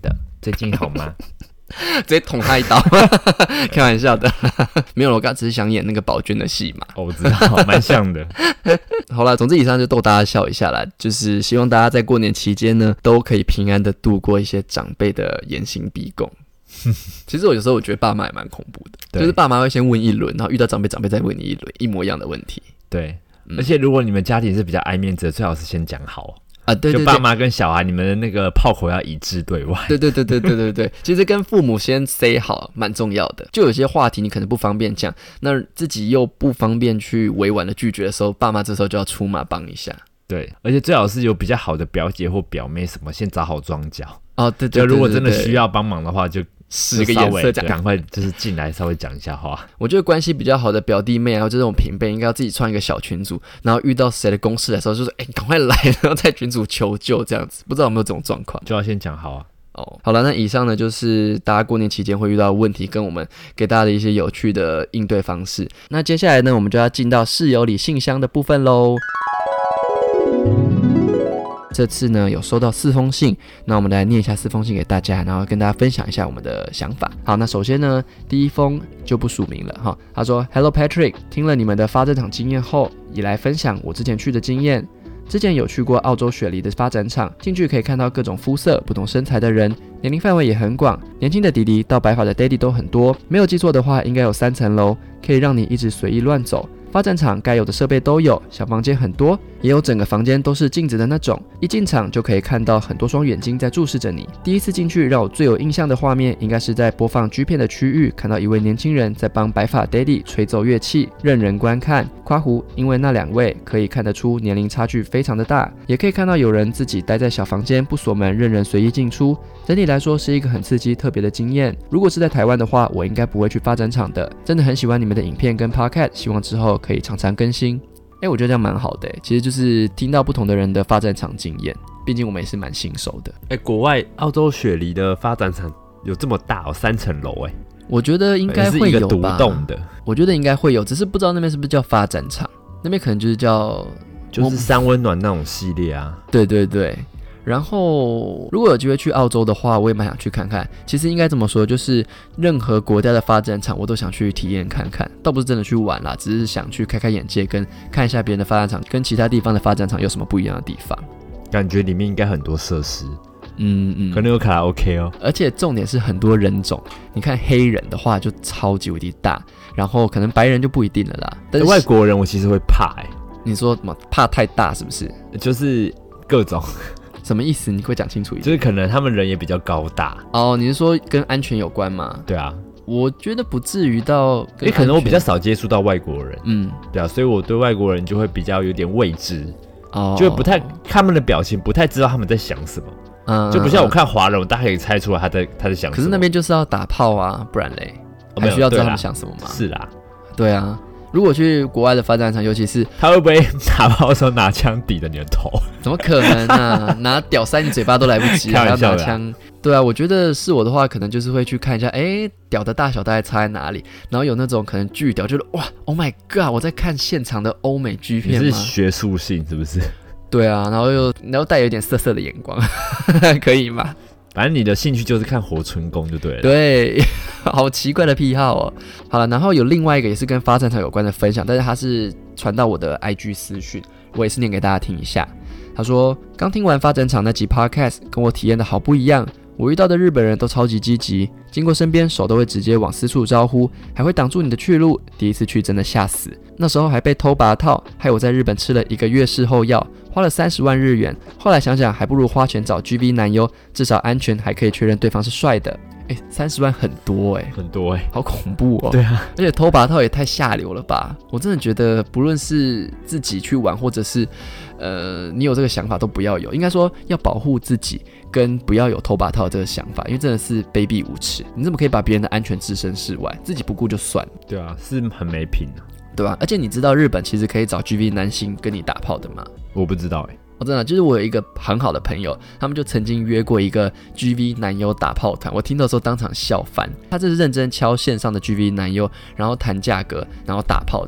最近好吗？ 直接捅他一刀，开玩笑的，没有，我刚刚只是想演那个宝娟的戏嘛。 哦，我知道，蛮像的。 好啦，总之以上就逗大家笑一下啦，就是希望大家在过年期间呢，都可以平安的度过一些长辈的严刑逼供。其实我有时候我觉得爸妈也蛮恐怖的，就是爸妈会先问一轮，然后遇到长辈，长辈再问你一轮一模一样的问题。 对，嗯、而且如果你们家庭是比较爱面子的，最好是先讲好。 啊，对对对， 就爸妈跟小孩，你们的那个炮口要一致对外。 对对对对对对对，其实跟父母先 say 好蛮重要的。就有些话题你可能不方便讲，那自己又不方便去委婉的拒绝的时候，爸妈这时候就要出马帮一下。 对，而且最好是有比较好的表姐或表妹什么，先找好庄脚。 哦，对 对, 对, 对, 对, 对， 就如果真的需要帮忙的话，就使个眼色讲， 赶快就是进来稍微讲一下话。 我觉得关系比较好的表弟妹啊，或者这种平辈，应该要自己创一个小群组，然后遇到谁的公事的时候，就说：“哎、欸，赶快来！”然后在群组求救这样子。不知道有没有这种状况？ 就要先讲好啊。 哦，好了，那以上呢就是大家过年期间会遇到的问题，跟我们给大家的一些有趣的应对方式。那接下来呢，我们就要进到室友里信箱的部分喽。这次呢有收到四封信，那我们来念一下四封信给大家，然后跟大家分享一下我们的想法。好，那首先呢，第一封就不署名了哈。他说 ：“Hello Patrick， 听了你们的发展场经验后，也来分享我之前去的经验。之前有去过澳洲雪梨的发展场，进去可以看到各种肤色、不同身材的人，年龄范围也很广，年轻的弟弟到白发的 daddy 都很多。没有记错的话，应该有三层楼，可以让你一直随意乱走。”发展场该有的设备都有，小房间很多，也有整个房间都是镜子的那种，一进场就可以看到很多双眼睛在注视着你。第一次进去让我最有印象的画面，应该是在播放 G 片的区域，看到一位年轻人在帮白发 Daddy 吹奏乐器，任人观看。夸胡，因为那两位可以看得出年龄差距非常的大，也可以看到有人自己待在小房间不锁门，任人随意进出。整体来说是一个很刺激特别的经验。如果是在台湾的话，我应该不会去发展场的。真的很喜欢你们的影片跟 podcast， 希望之后可以常常更新。哎，我觉得这样蛮好的，其实就是听到不同的人的发展场经验，毕竟我们也是蛮新手的。 哎，国外澳洲雪梨的发展场有这么大哦，三层楼哎， 我觉得应该会有吧，是一个独栋的， 我觉得应该会有，只是不知道那边是不是叫发展场，那边可能就是叫就是三温暖那种系列啊。 对对对。然后，如果有机会去澳洲的话，我也蛮想去看看。其实应该这么说，就是任何国家的发展场，我都想去体验看看。倒不是真的去玩啦，只是想去开开眼界，跟看一下别人的发展场跟其他地方的发展场有什么不一样的地方。 感觉里面应该很多设施， 嗯嗯， 可能有卡拉 OK 哦。 而且重点是很多人种，你看黑人的话就超级无敌大，然后可能白人就不一定了啦。但是外国人我其实会怕哎、欸， 你说什么怕太大是不是？ 就是各种。 什么意思？你会讲清楚一点。 就是可能他们人也比较高大哦。你是说跟安全有关吗？ 对啊， 我觉得不至于到跟， 因为可能我比较少接触到外国人， 嗯， 对啊，所以我对外国人就会比较有点未知， 哦， 就不太他们的表情不太知道他们在想什么，嗯，就不像我看华人，我大概可以猜出来他在他在想什么。 可是那边就是要打炮啊，不然嘞，哦、还需要知道他们想什么吗？ 是啦， 对啊。如果去国外的发展场，尤其是他会不会打炮的时候拿枪抵着你的头？ 怎么可能啊？拿屌塞你嘴巴都来不及，还要拿枪？对啊，我觉得是我的话，可能就是会去看一下，哎，屌的大小大概差在哪里？然后有那种可能巨屌，就是哇 ，Oh my God， 我在看现场的欧美 G 片吗？ 你是学术性是不是？ 对啊，然后又然后带有点色色的眼光，可以吗？ 反正你的兴趣就是看活春宫就对了。 对，好奇怪的癖好哦。好了，然后有另外一个也是跟发展场有关的分享，但是他是传到我的 I G 私讯，我也是念给大家听一下。他说，刚听完发展场那集 podcast， 跟我体验的好不一样。我遇到的日本人都超级积极，经过身边手都会直接往私处招呼，还会挡住你的去路。第一次去真的吓死，那时候还被偷拔套，害我在日本吃了一个月事后药，花了三十万日元。后来想想还不如花钱找 G V 男优，至少安全，还可以确认对方是帅的。哎，三十万很多哎、欸， 很多哎、欸， 好恐怖哦。 对啊， 而且偷拔套也太下流了吧！我真的觉得，不论是自己去玩，或者是呃你有这个想法，都不要有。应该说要保护自己，跟不要有偷拔套这个想法，因为真的是卑鄙无耻。你怎么可以把别人的安全置身事外，自己不顾就算了？ 对啊，是很没品的、啊， 对吧、啊？而且你知道日本其实可以找 G V 男星跟你打炮的吗？ 我不知道哎、欸。 哦，真的，就是我有一个很好的朋友，他们就曾经约过一个 G V 男优打炮团，我听到的时候当场笑翻。他这是认真敲线上的 G V 男优，然后谈价格，然后打炮这样。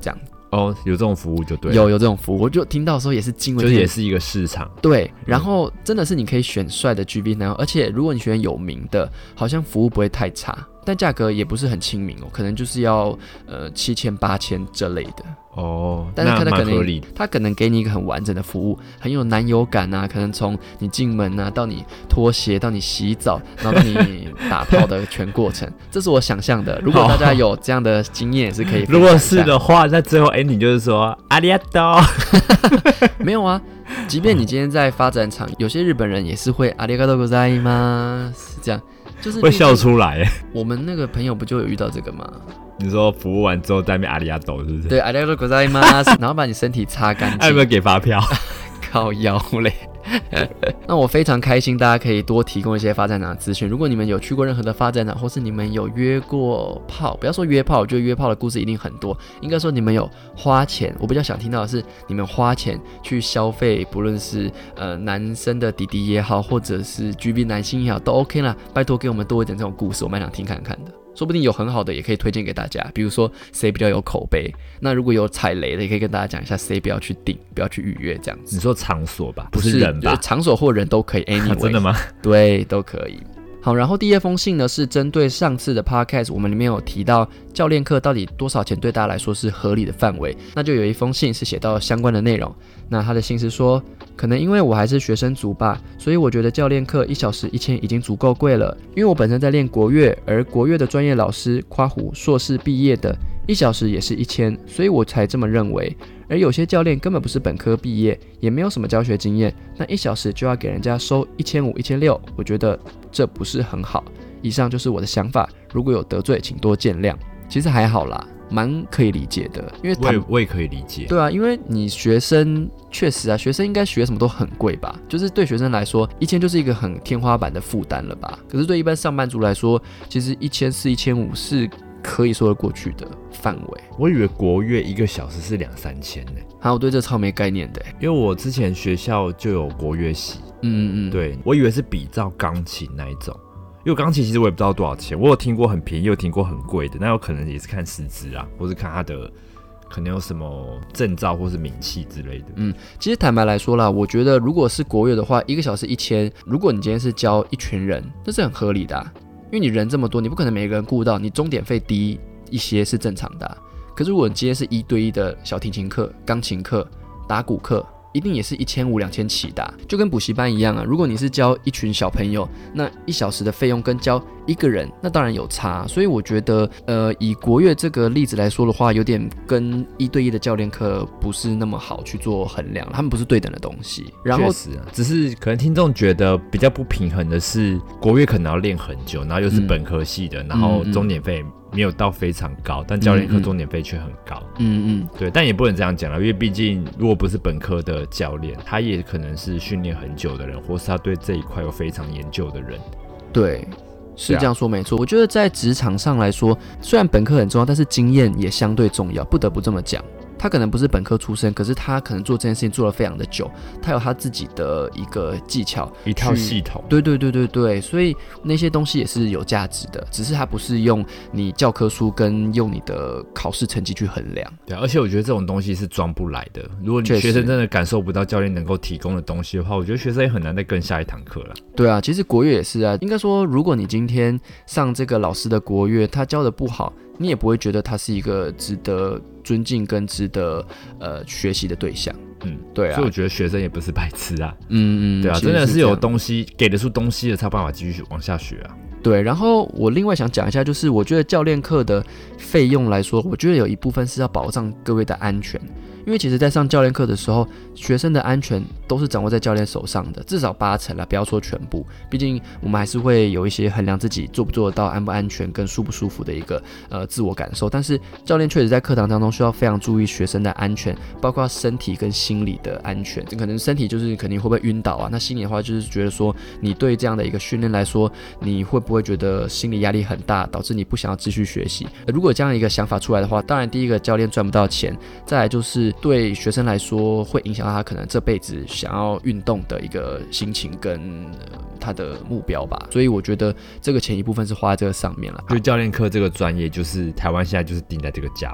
哦，有这种服务就对了， 有有这种服务，我就听到的时候也是惊为天人， 就是也是一个市场。 对，然后真的是你可以选帅的 G V 男友，而且如果你选有名的，好像服务不会太差，但价格也不是很亲民哦，可能就是要呃七千八千这类的。 哦， 但是他可能那蛮合理的， 他可能给你一个很完整的服务，很有男友感啊，可能从你进门啊到你脱鞋到你洗澡，然后到你打炮的全过程，这是我想象的。如果大家有这样的经验，也是可以分享一下。 如果是的话，那最后 ending 就是说阿里亚多。 没有啊，即便你今天在发展场，有些日本人也是会阿里嘎多ございます这样，就是会笑出来。 我们那个朋友不就有遇到这个吗？ 你说服务完之后在那边阿里亚斗是不是？ 对，阿里嘎多ございます，然后把你身体擦干净。 还有没有给发票？ 靠腰嘞。那我非常开心，大家可以多提供一些发展场的资讯。如果你们有去过任何的发展场，或是你们有约过炮，不要说约炮，我觉得约炮的故事一定很多。应该说你们有花钱，我比较想听到的是你们花钱去消费，不论是呃男生的弟弟也好，或者是 G V 男性也好，都 OK 啦。拜托给我们多一点这种故事，我蛮想听看看的。说不定有很好的也可以推荐给大家，比如说谁比较有口碑，那如果有踩雷的也可以跟大家讲一下谁不要去订，不要去预约这样子。 你说场所吧，不是是人吧？ 场所或人都可以 anyway 真的吗？ 对，都可以。好，然后第二封信呢是针对上次的 podcast， 我们里面有提到教练课到底多少钱对大家来说是合理的范围，那就有一封信是写到相关的内容。那他的信是说，可能因为我还是学生族吧，所以我觉得教练课一小时一千已经足够贵了。因为我本身在练国乐，而国乐的专业老师夸胡硕士毕业的，一小时也是一千，所以我才这么认为。而有些教练根本不是本科毕业，也没有什么教学经验，那一小时就要给人家收一千五、一千六，我觉得这不是很好。以上就是我的想法，如果有得罪，请多见谅。其实还好啦，蛮可以理解的，因为我也我也可以理解。 对啊，因为你学生确实啊，学生应该学什么都很贵吧？就是对学生来说，一千就是一个很天花板的负担了吧？可是对一般上班族来说，其实一千四、一千五是可以说得过去的范围。 我以为国乐一个小时是两三千呢， 啊，我对这超没概念的， 因为我之前学校就有国乐系， 嗯嗯嗯， 对，我以为是比照钢琴那一种，因为钢琴其实我也不知道多少钱，我有听过很便宜，有听过很贵的，那有可能也是看师资啊，或是看他的可能有什么证照或是名气之类的。 嗯，其实坦白来说啦，我觉得如果是国乐的话，一个小时一千，如果你今天是教一群人，这是很合理的啊，因为你人这么多，你不可能每个人顾到，你钟点费低一些是正常的啊。可是如果你今天是一对一的小提琴课、钢琴课、打鼓课，一定也是一千五、两千起的啊，就跟补习班一样啊。如果你是教一群小朋友，那一小时的费用跟教一个人，那当然有差。所以我觉得，呃，以国乐这个例子来说的话，有点跟一对一的教练课不是那么好去做衡量，他们不是对等的东西。然后， 确实啊，只是可能听众觉得比较不平衡的是，国乐可能要练很久，然后又是本科系的，嗯、然后钟点费没有到非常高，但教练课钟点费却很高。嗯嗯，对，但也不能这样讲了，因为毕竟如果不是本科的教练，他也可能是训练很久的人，或是他对这一块有非常研究的人。 对，是这样说没错。我觉得在职场上来说，虽然本科很重要，但是经验也相对重要，不得不这么讲。他可能不是本科出身，可是他可能做这件事情做了非常的久，他有他自己的一个技巧， 一套系统。 对对对对对，所以那些东西也是有价值的，只是他不是用你教科书跟用你的考试成绩去衡量。 对，而且我觉得这种东西是装不来的。如果你学生真的感受不到教练能够提供的东西的话，我觉得学生也很难再跟下一堂课了。 对啊，其实国乐也是啊，应该说，如果你今天上这个老师的国乐，他教的不好，你也不会觉得他是一个值得尊敬跟值得呃学习的对象。嗯，对啊， 所以我觉得学生也不是白痴啊。 嗯嗯， 对啊，真的是有东西给得出东西的，才有办法继续往下学啊。 对，然后我另外想讲一下，就是我觉得教练课的费用来说，我觉得有一部分是要保障各位的安全。因为其实在上教练课的时候，学生的安全都是掌握在教练手上的，至少八成啦，不要说全部。毕竟我们还是会有一些衡量自己做不做得到、安不安全跟舒不舒服的一个呃自我感受。但是教练确实在课堂当中需要非常注意学生的安全，包括身体跟心理的安全。可能身体就是肯定会不会晕倒啊，那心理的话就是觉得说，你对这样的一个训练来说，你会不会觉得心理压力很大，导致你不想要继续学习？如果这样一个想法出来的话，当然第一个教练赚不到钱，再来就是对学生来说会影响到他可能这辈子想要运动的一个心情跟、呃、他的目标吧。所以我觉得这个钱一部分是花在这个上面了。 就教练课这个专业，就是台湾现在就是定在这个价位啊。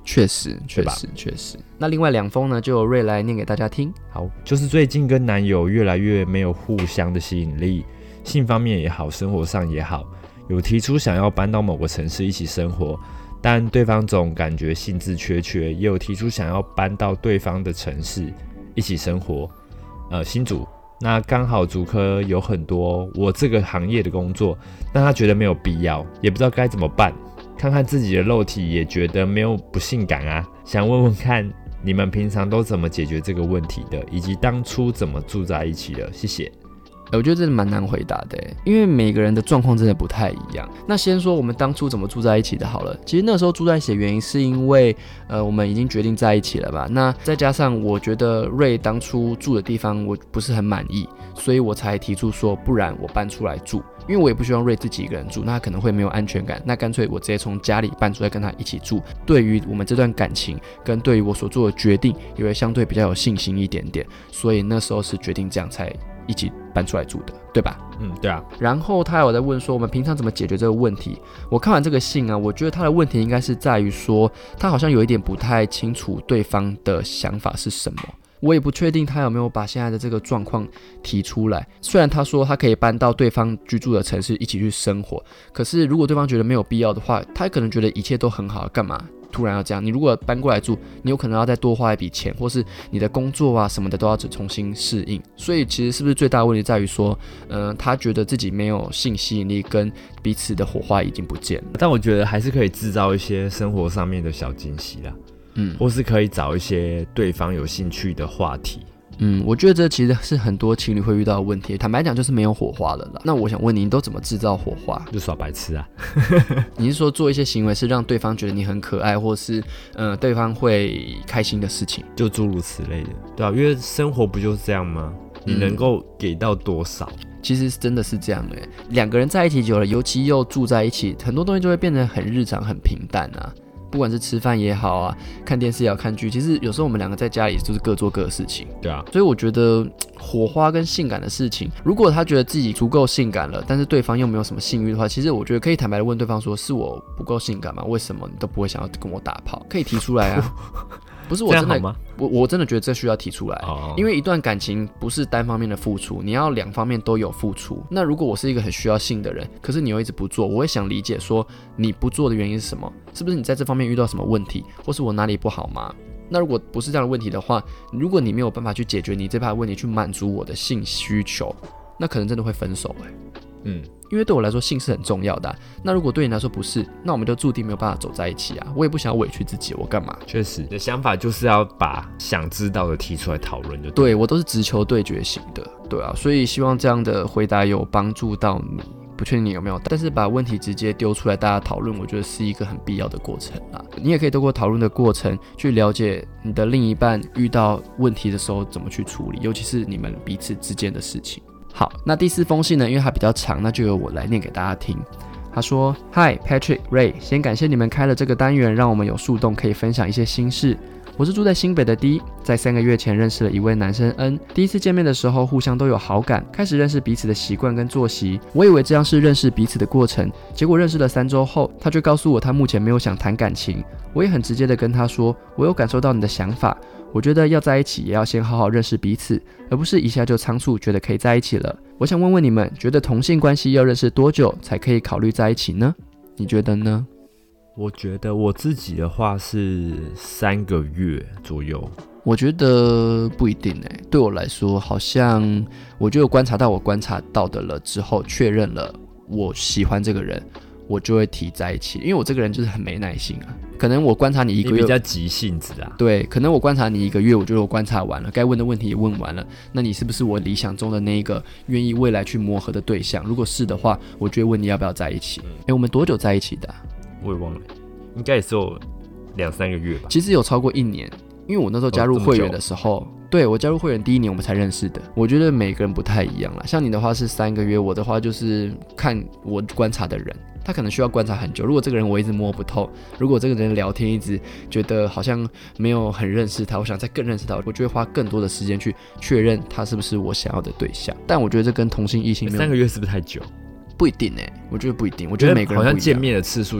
确实，确实，确实。那另外两封呢，就由瑞来念给大家听。 好，就是最近跟男友越来越没有互相的吸引力，性方面也好，生活上也好，有提出想要搬到某个城市一起生活，但对方总感觉兴致缺缺，也有提出想要搬到对方的城市一起生活，呃，新竹。那刚好竹科有很多我这个行业的工作，但他觉得没有必要，也不知道该怎么办。看看自己的肉体也觉得没有不性感啊，想问问看你们平常都怎么解决这个问题的，以及当初怎么住在一起的，谢谢。 我觉得真的蛮难回答的，因为每个人的状况真的不太一样。那先说我们当初怎么住在一起的好了。其实那时候住在一起的原因是因为，呃，我们已经决定在一起了吧。那再加上我觉得瑞当初住的地方我不是很满意，所以我才提出说，不然我搬出来住。因为我也不希望瑞自己一个人住，那他可能会没有安全感。那干脆我直接从家里搬出来跟他一起住，对于我们这段感情跟对于我所做的决定，也会相对比较有信心一点点。所以那时候是决定这样才一起搬出来住的，对吧？ 嗯，对啊。 然后他有在问说，我们平常怎么解决这个问题？我看完这个信啊，我觉得他的问题应该是在于说，他好像有一点不太清楚对方的想法是什么。我也不确定他有没有把现在的这个状况提出来。虽然他说他可以搬到对方居住的城市一起去生活，可是如果对方觉得没有必要的话，他可能觉得一切都很好，干嘛突然要这样？你如果搬过来住，你有可能要再多花一笔钱，或是你的工作啊什么的都要重新适应。所以其实是不是最大的问题在于说，呃，他觉得自己没有性吸引力，跟彼此的火花已经不见了。 但我觉得还是可以制造一些生活上面的小惊喜啦。嗯，或是可以找一些对方有兴趣的话题。 嗯，我觉得这其实是很多情侣会遇到的问题。坦白讲，就是没有火花了啦。那我想问你，你都怎么制造火花？ 就耍白痴啊！ 你是说做一些行为是让对方觉得你很可爱，或是呃对方会开心的事情， 就诸如此类的，对啊，因为生活不就是这样吗？你能够给到多少？嗯， 其实真的是这样哎。两个人在一起久了，尤其又住在一起，很多东西就会变得很日常、很平淡啊。不管是吃饭也好啊，看电视也好，看剧，其实有时候我们两个在家里就是各做各的事情。 对啊， 所以我觉得火花跟性感的事情，如果他觉得自己足够性感了，但是对方又没有什么性欲的话，其实我觉得可以坦白的问对方说，是我不够性感吗？为什么你都不会想要跟我打炮？可以提出来啊。不是我真的，我我真的觉得这需要提出来，哦，因为一段感情不是单方面的付出，你要两方面都有付出。那如果我是一个很需要性的人，可是你又一直不做，我会想理解说你不做的原因是什么？是不是你在这方面遇到什么问题，或是我哪里不好吗？那如果不是这样的问题的话，如果你没有办法去解决你这趴问题，去满足我的性需求，那可能真的会分手哎，欸。嗯，因为对我来说性是很重要的，啊，那如果对你来说不是，那我们就注定没有办法走在一起啊！我也不想要委屈自己，我干嘛？ 确实，你的想法就是要把想知道的提出来讨论，就 对, 对我都是直球对决型的，对啊，所以希望这样的回答有帮助到你。不确定你有没有，但是把问题直接丢出来，大家讨论，我觉得是一个很必要的过程啊。你也可以透过讨论的过程去了解你的另一半遇到问题的时候怎么去处理，尤其是你们彼此之间的事情。好，那第四封信呢，因为它比较长，那就由我来念给大家听。他说 Hi Patrick Ray， 先感谢你们开了这个单元，让我们有树洞可以分享一些心事。我是住在新北的 D， 在三个月前认识了一位男生 N， 第一次见面的时候互相都有好感，开始认识彼此的习惯跟作息。我以为这样是认识彼此的过程，结果认识了三周后，他却告诉我他目前没有想谈感情。我也很直接的跟他说，我有感受到你的想法，我觉得要在一起也要先好好认识彼此，而不是一下就仓促觉得可以在一起了。我想问问你们，觉得同性关系要认识多久才可以考虑在一起呢？你觉得呢？ 我觉得我自己的话是三个月左右。 我觉得不一定欸，对我来说，好像我觉得观察到我观察到的了之后，确认了我喜欢这个人，我就会提在一起。因为我这个人就是很没耐心啊，可能我观察你一个月， 你比较急性子啊。 对，可能我观察你一个月，我觉得我观察完了，该问的问题也问完了，那你是不是我理想中的那一个愿意未来去磨合的对象？如果是的话，我就会问你要不要在一起。哎、欸，我们多久在一起的啊？ 我也忘了，应该也是有两三个月吧。 其实有超过一年，因为我那时候加入会员的时候，哦、对我加入会员第一年我们才认识的。我觉得每个人不太一样啦，像你的话是三个月，我的话就是看我观察的人，他可能需要观察很久。如果这个人我一直摸不透，如果这个人聊天一直觉得好像没有很认识他，我想再更认识他，我就会花更多的时间去确认他是不是我想要的对象。但我觉得这跟同性异性没有三个月是不是太久？ 不一定哎、欸，我觉得不一定。我觉得每个人不一样， 好像见面的次数也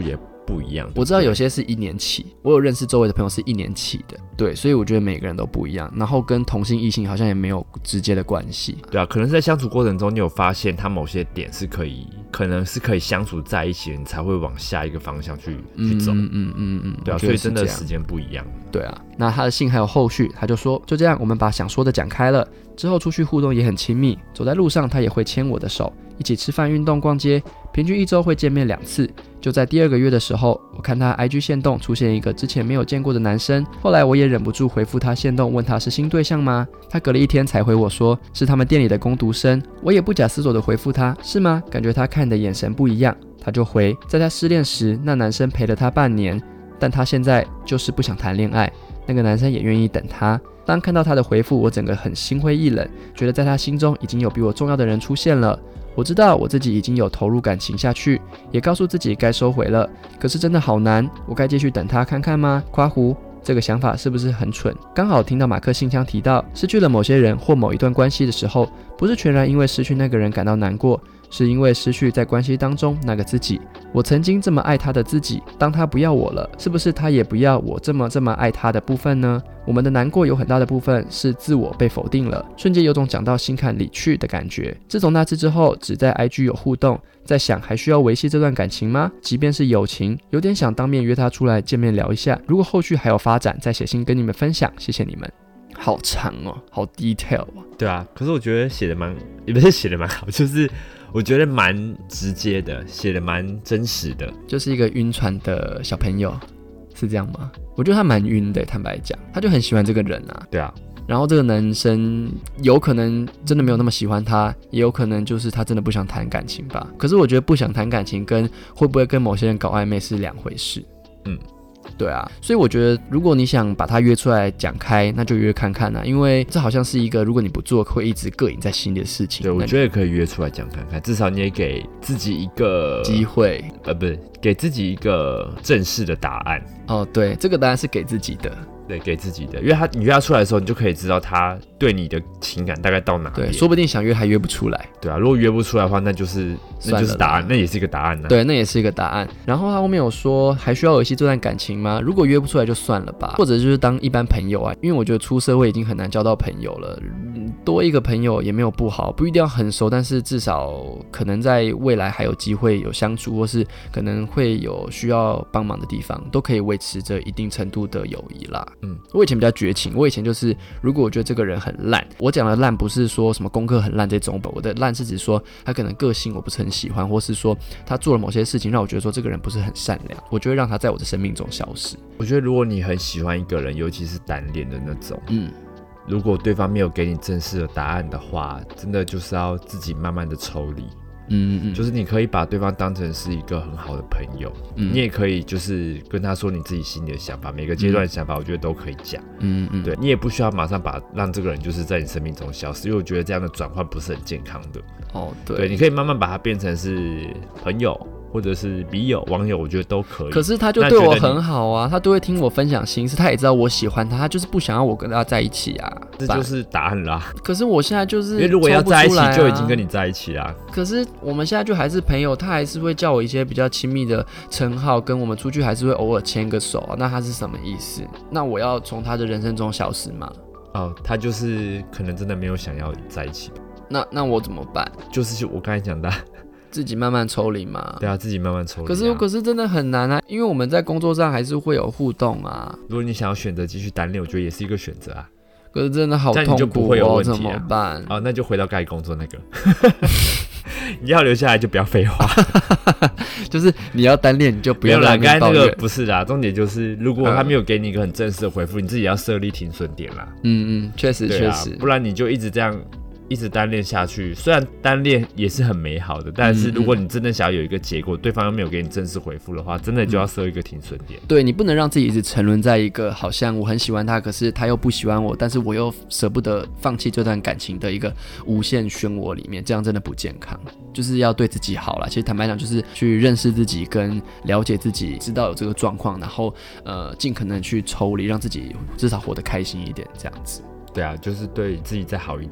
不一样。 我知道有些是一年起，我有认识周围的朋友是一年起的，对，所以我觉得每个人都不一样，然后跟同性异性好像也没有直接的关系。 对啊，可能在相处过程中，你有发现他某些点是可以，可能是可以相处在一起的，你才会往下一个方向去、嗯、去走。 嗯嗯嗯嗯， 对啊，所以真的时间不一样。 对啊，那他的信还有后续，他就说就这样，我们把想说的讲开了，之后出去互动也很亲密，走在路上他也会牵我的手，一起吃饭、运动、逛街，平均一周会见面两次。就在第二个月的时候，我看他 I G 限动出现一个之前没有见过的男生，后来我也忍不住回复他限动，问他是新对象吗？他隔了一天才回我说是他们店里的工读生，我也不假思索的回复他是吗？感觉他看的眼神不一样。他就回，在他失恋时，那男生陪了他半年，但他现在就是不想谈恋爱，那个男生也愿意等他。当看到他的回复，我整个很心灰意冷，觉得在他心中已经有比我重要的人出现了。我知道我自己已经有投入感情下去，也告诉自己该收回了，可是真的好难，我该继续等他看看吗？夸胡，这个想法是不是很蠢？刚好听到马克信箱提到，失去了某些人或某一段关系的时候，不是全然因为失去那个人感到难过，是因为失去在关系当中那个自己。我曾经这么爱他的自己，当他不要我了，是不是他也不要我这么这么爱他的部分呢？我们的难过有很大的部分是自我被否定了，瞬间有种讲到心坎里去的感觉。自从那次之后，只在 I G 有互动，在想还需要维系这段感情吗？即便是友情，有点想当面约他出来见面聊一下，如果后续还有发展，再写信跟你们分享，谢谢你们。好长哦，好 detail 哦。 对啊，可是我觉得写的蛮，也不是写的蛮好，就是我觉得蛮直接的，写的蛮真实的， 就是一个晕船的小朋友，是这样吗？我觉得他蛮晕的，坦白讲，他就很喜欢这个人啊。 对啊。 然后这个男生有可能真的没有那么喜欢他，也有可能就是他真的不想谈感情吧。可是我觉得不想谈感情跟会不会跟某些人搞暧昧是两回事。嗯。对啊，所以我觉得如果你想把他约出来讲开，那就约看看啊，因为这好像是一个如果你不做会一直膈应在心里的事情。 对，我觉得可以约出来讲看看，至少你也给自己一个机会， 呃，不是给自己一个正式的答案。 哦，对，这个答案是给自己的。 对，给自己的，因为他你约他出来的时候，你就可以知道他对你的情感大概到哪里。 对，说不定想约还约不出来。 对啊，如果约不出来的话，那就是那就是答案，那也是一个答案呢、啊。 对，那也是一个答案。然后他后面有说，还需要维系这段感情吗？如果约不出来就算了吧，或者就是当一般朋友啊。因为我觉得出社会已经很难交到朋友了，多一个朋友也没有不好，不一定要很熟，但是至少可能在未来还有机会有相处，或是可能会有需要帮忙的地方，都可以维持着一定程度的友谊啦。嗯，我以前比较绝情，我以前就是如果我觉得这个人很烂，我讲的烂不是说什么功课很烂这种，我的烂是指说他可能个性我不是很喜欢，或是说他做了某些事情让我觉得说这个人不是很善良，我就会让他在我的生命中消失。 我觉得如果你很喜欢一个人，尤其是单恋的那种，嗯，如果对方没有给你正式的答案的话，真的就是要自己慢慢的抽离。嗯嗯，就是你可以把对方当成是一个很好的朋友，嗯，你也可以就是跟他说你自己心里的想法，每个阶段的想法，我觉得都可以讲。嗯嗯，对，你也不需要马上把让这个人就是在你生命中消失，因为我觉得这样的转换不是很健康的。哦，对，对，你可以慢慢把它变成是朋友。或者是笔友、网友，我觉得都可以。 可是他就对我很好啊，他都会听我分享心事，他也知道我喜欢他，他就是不想要我跟他在一起啊。 这就是答案啦。 可是我现在就是、啊， 因为如果要在一起，就已经跟你在一起啦。 可是我们现在就还是朋友，他还是会叫我一些比较亲密的称号，跟我们出去还是会偶尔牵个手啊。那他是什么意思？那我要从他的人生中消失吗？ 哦，他就是可能真的没有想要在一起。 那那我怎么办？ 就是我刚才讲的。 自己慢慢抽离嘛， 对啊，自己慢慢抽离、啊。 可是可是真的很难啊，因为我们在工作上还是会有互动啊。 如果你想要选择继续单恋，我觉得也是一个选择啊。 可是真的好痛苦、哦，这样你就不会有问题、啊、怎么办？ 哦，那就回到该工作那个。你要留下来就不要废话， 就是你要单恋你就不要来刚才那个不是啦，重点就是如果他没有给你一个很正式的回复，你自己要设立停损点啦。 嗯嗯，确实确、啊、实， 不然你就一直这样。一直单恋下去，虽然单恋也是很美好的，但是如果你真的想要有一个结果，嗯、对方又没有给你正式回复的话，真的就要设一个停损点。 对，你不能让自己一直沉沦在一个好像我很喜欢他，可是他又不喜欢我，但是我又舍不得放弃这段感情的一个无限漩涡里面，这样真的不健康。就是要对自己好啦，其实坦白讲，就是去认识自己，跟了解自己，知道有这个状况，然后呃，尽可能去抽离，让自己至少活得开心一点，这样子。 对啊，就是对自己再好一点。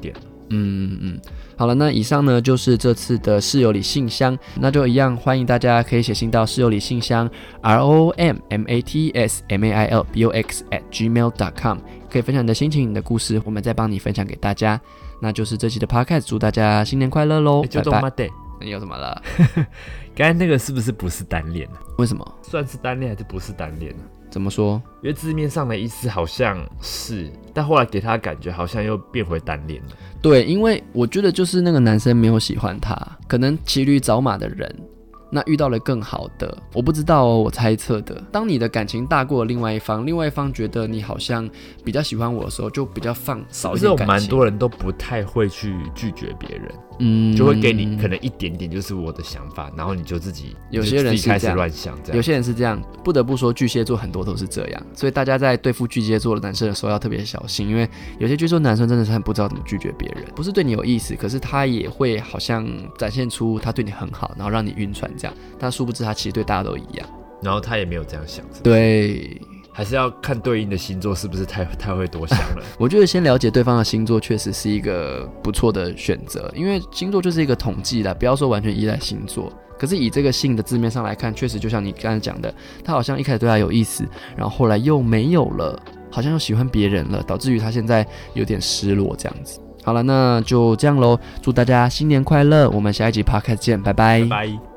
嗯嗯，好了，那以上呢就是这次的室友里信箱，那就一样欢迎大家可以写信到室友里信箱 r o m m a t s m a i l b o x at gmail dot com， 可以分享你的心情、你的故事，我们再帮你分享给大家。那就是这期的 podcast， 祝大家新年快乐喽！ 就都妈的， 你有什么了？ 刚才那个是不是不是单恋啊？ 为什么？ 算是单恋还是不是单恋啊？ 怎么说？ 因为字面上的意思好像是，但后来给他的感觉好像又变回单恋了。 对，因为我觉得就是那个男生没有喜欢他，可能骑驴找马的人，那遇到了更好的，我不知道哦，我猜测的。当你的感情大过了另外一方，另外一方觉得你好像比较喜欢我的时候，就比较放少一点感情。 是有蛮多人都不太会去拒绝别人， 嗯， 就会给你可能一点点就是我的想法，然后你就自己有些人是这样自己开始乱想，这样。 有些人是这样，不得不说巨蟹座很多都是这样，所以大家在对付巨蟹座的男生的时候要特别小心，因为有些巨蟹座男生真的是很不知道怎么拒绝别人，不是对你有意思，可是他也会好像展现出他对你很好，然后让你晕船这样，但殊不知他其实对大家都一样， 然后他也没有这样想，是不是？ 对。 还是要看对应的星座是不是太太会多想了。 我觉得先了解对方的星座确实是一个不错的选择，因为星座就是一个统计啦，不要说完全依赖星座。可是以这个性的字面上来看，确实就像你刚才讲的，他好像一开始对他有意思，然后后来又没有了，好像又喜欢别人了，导致于他现在有点失落这样子。好了，那就这样咯，祝大家新年快乐，我们下一集 podcast 见，拜拜。 拜拜。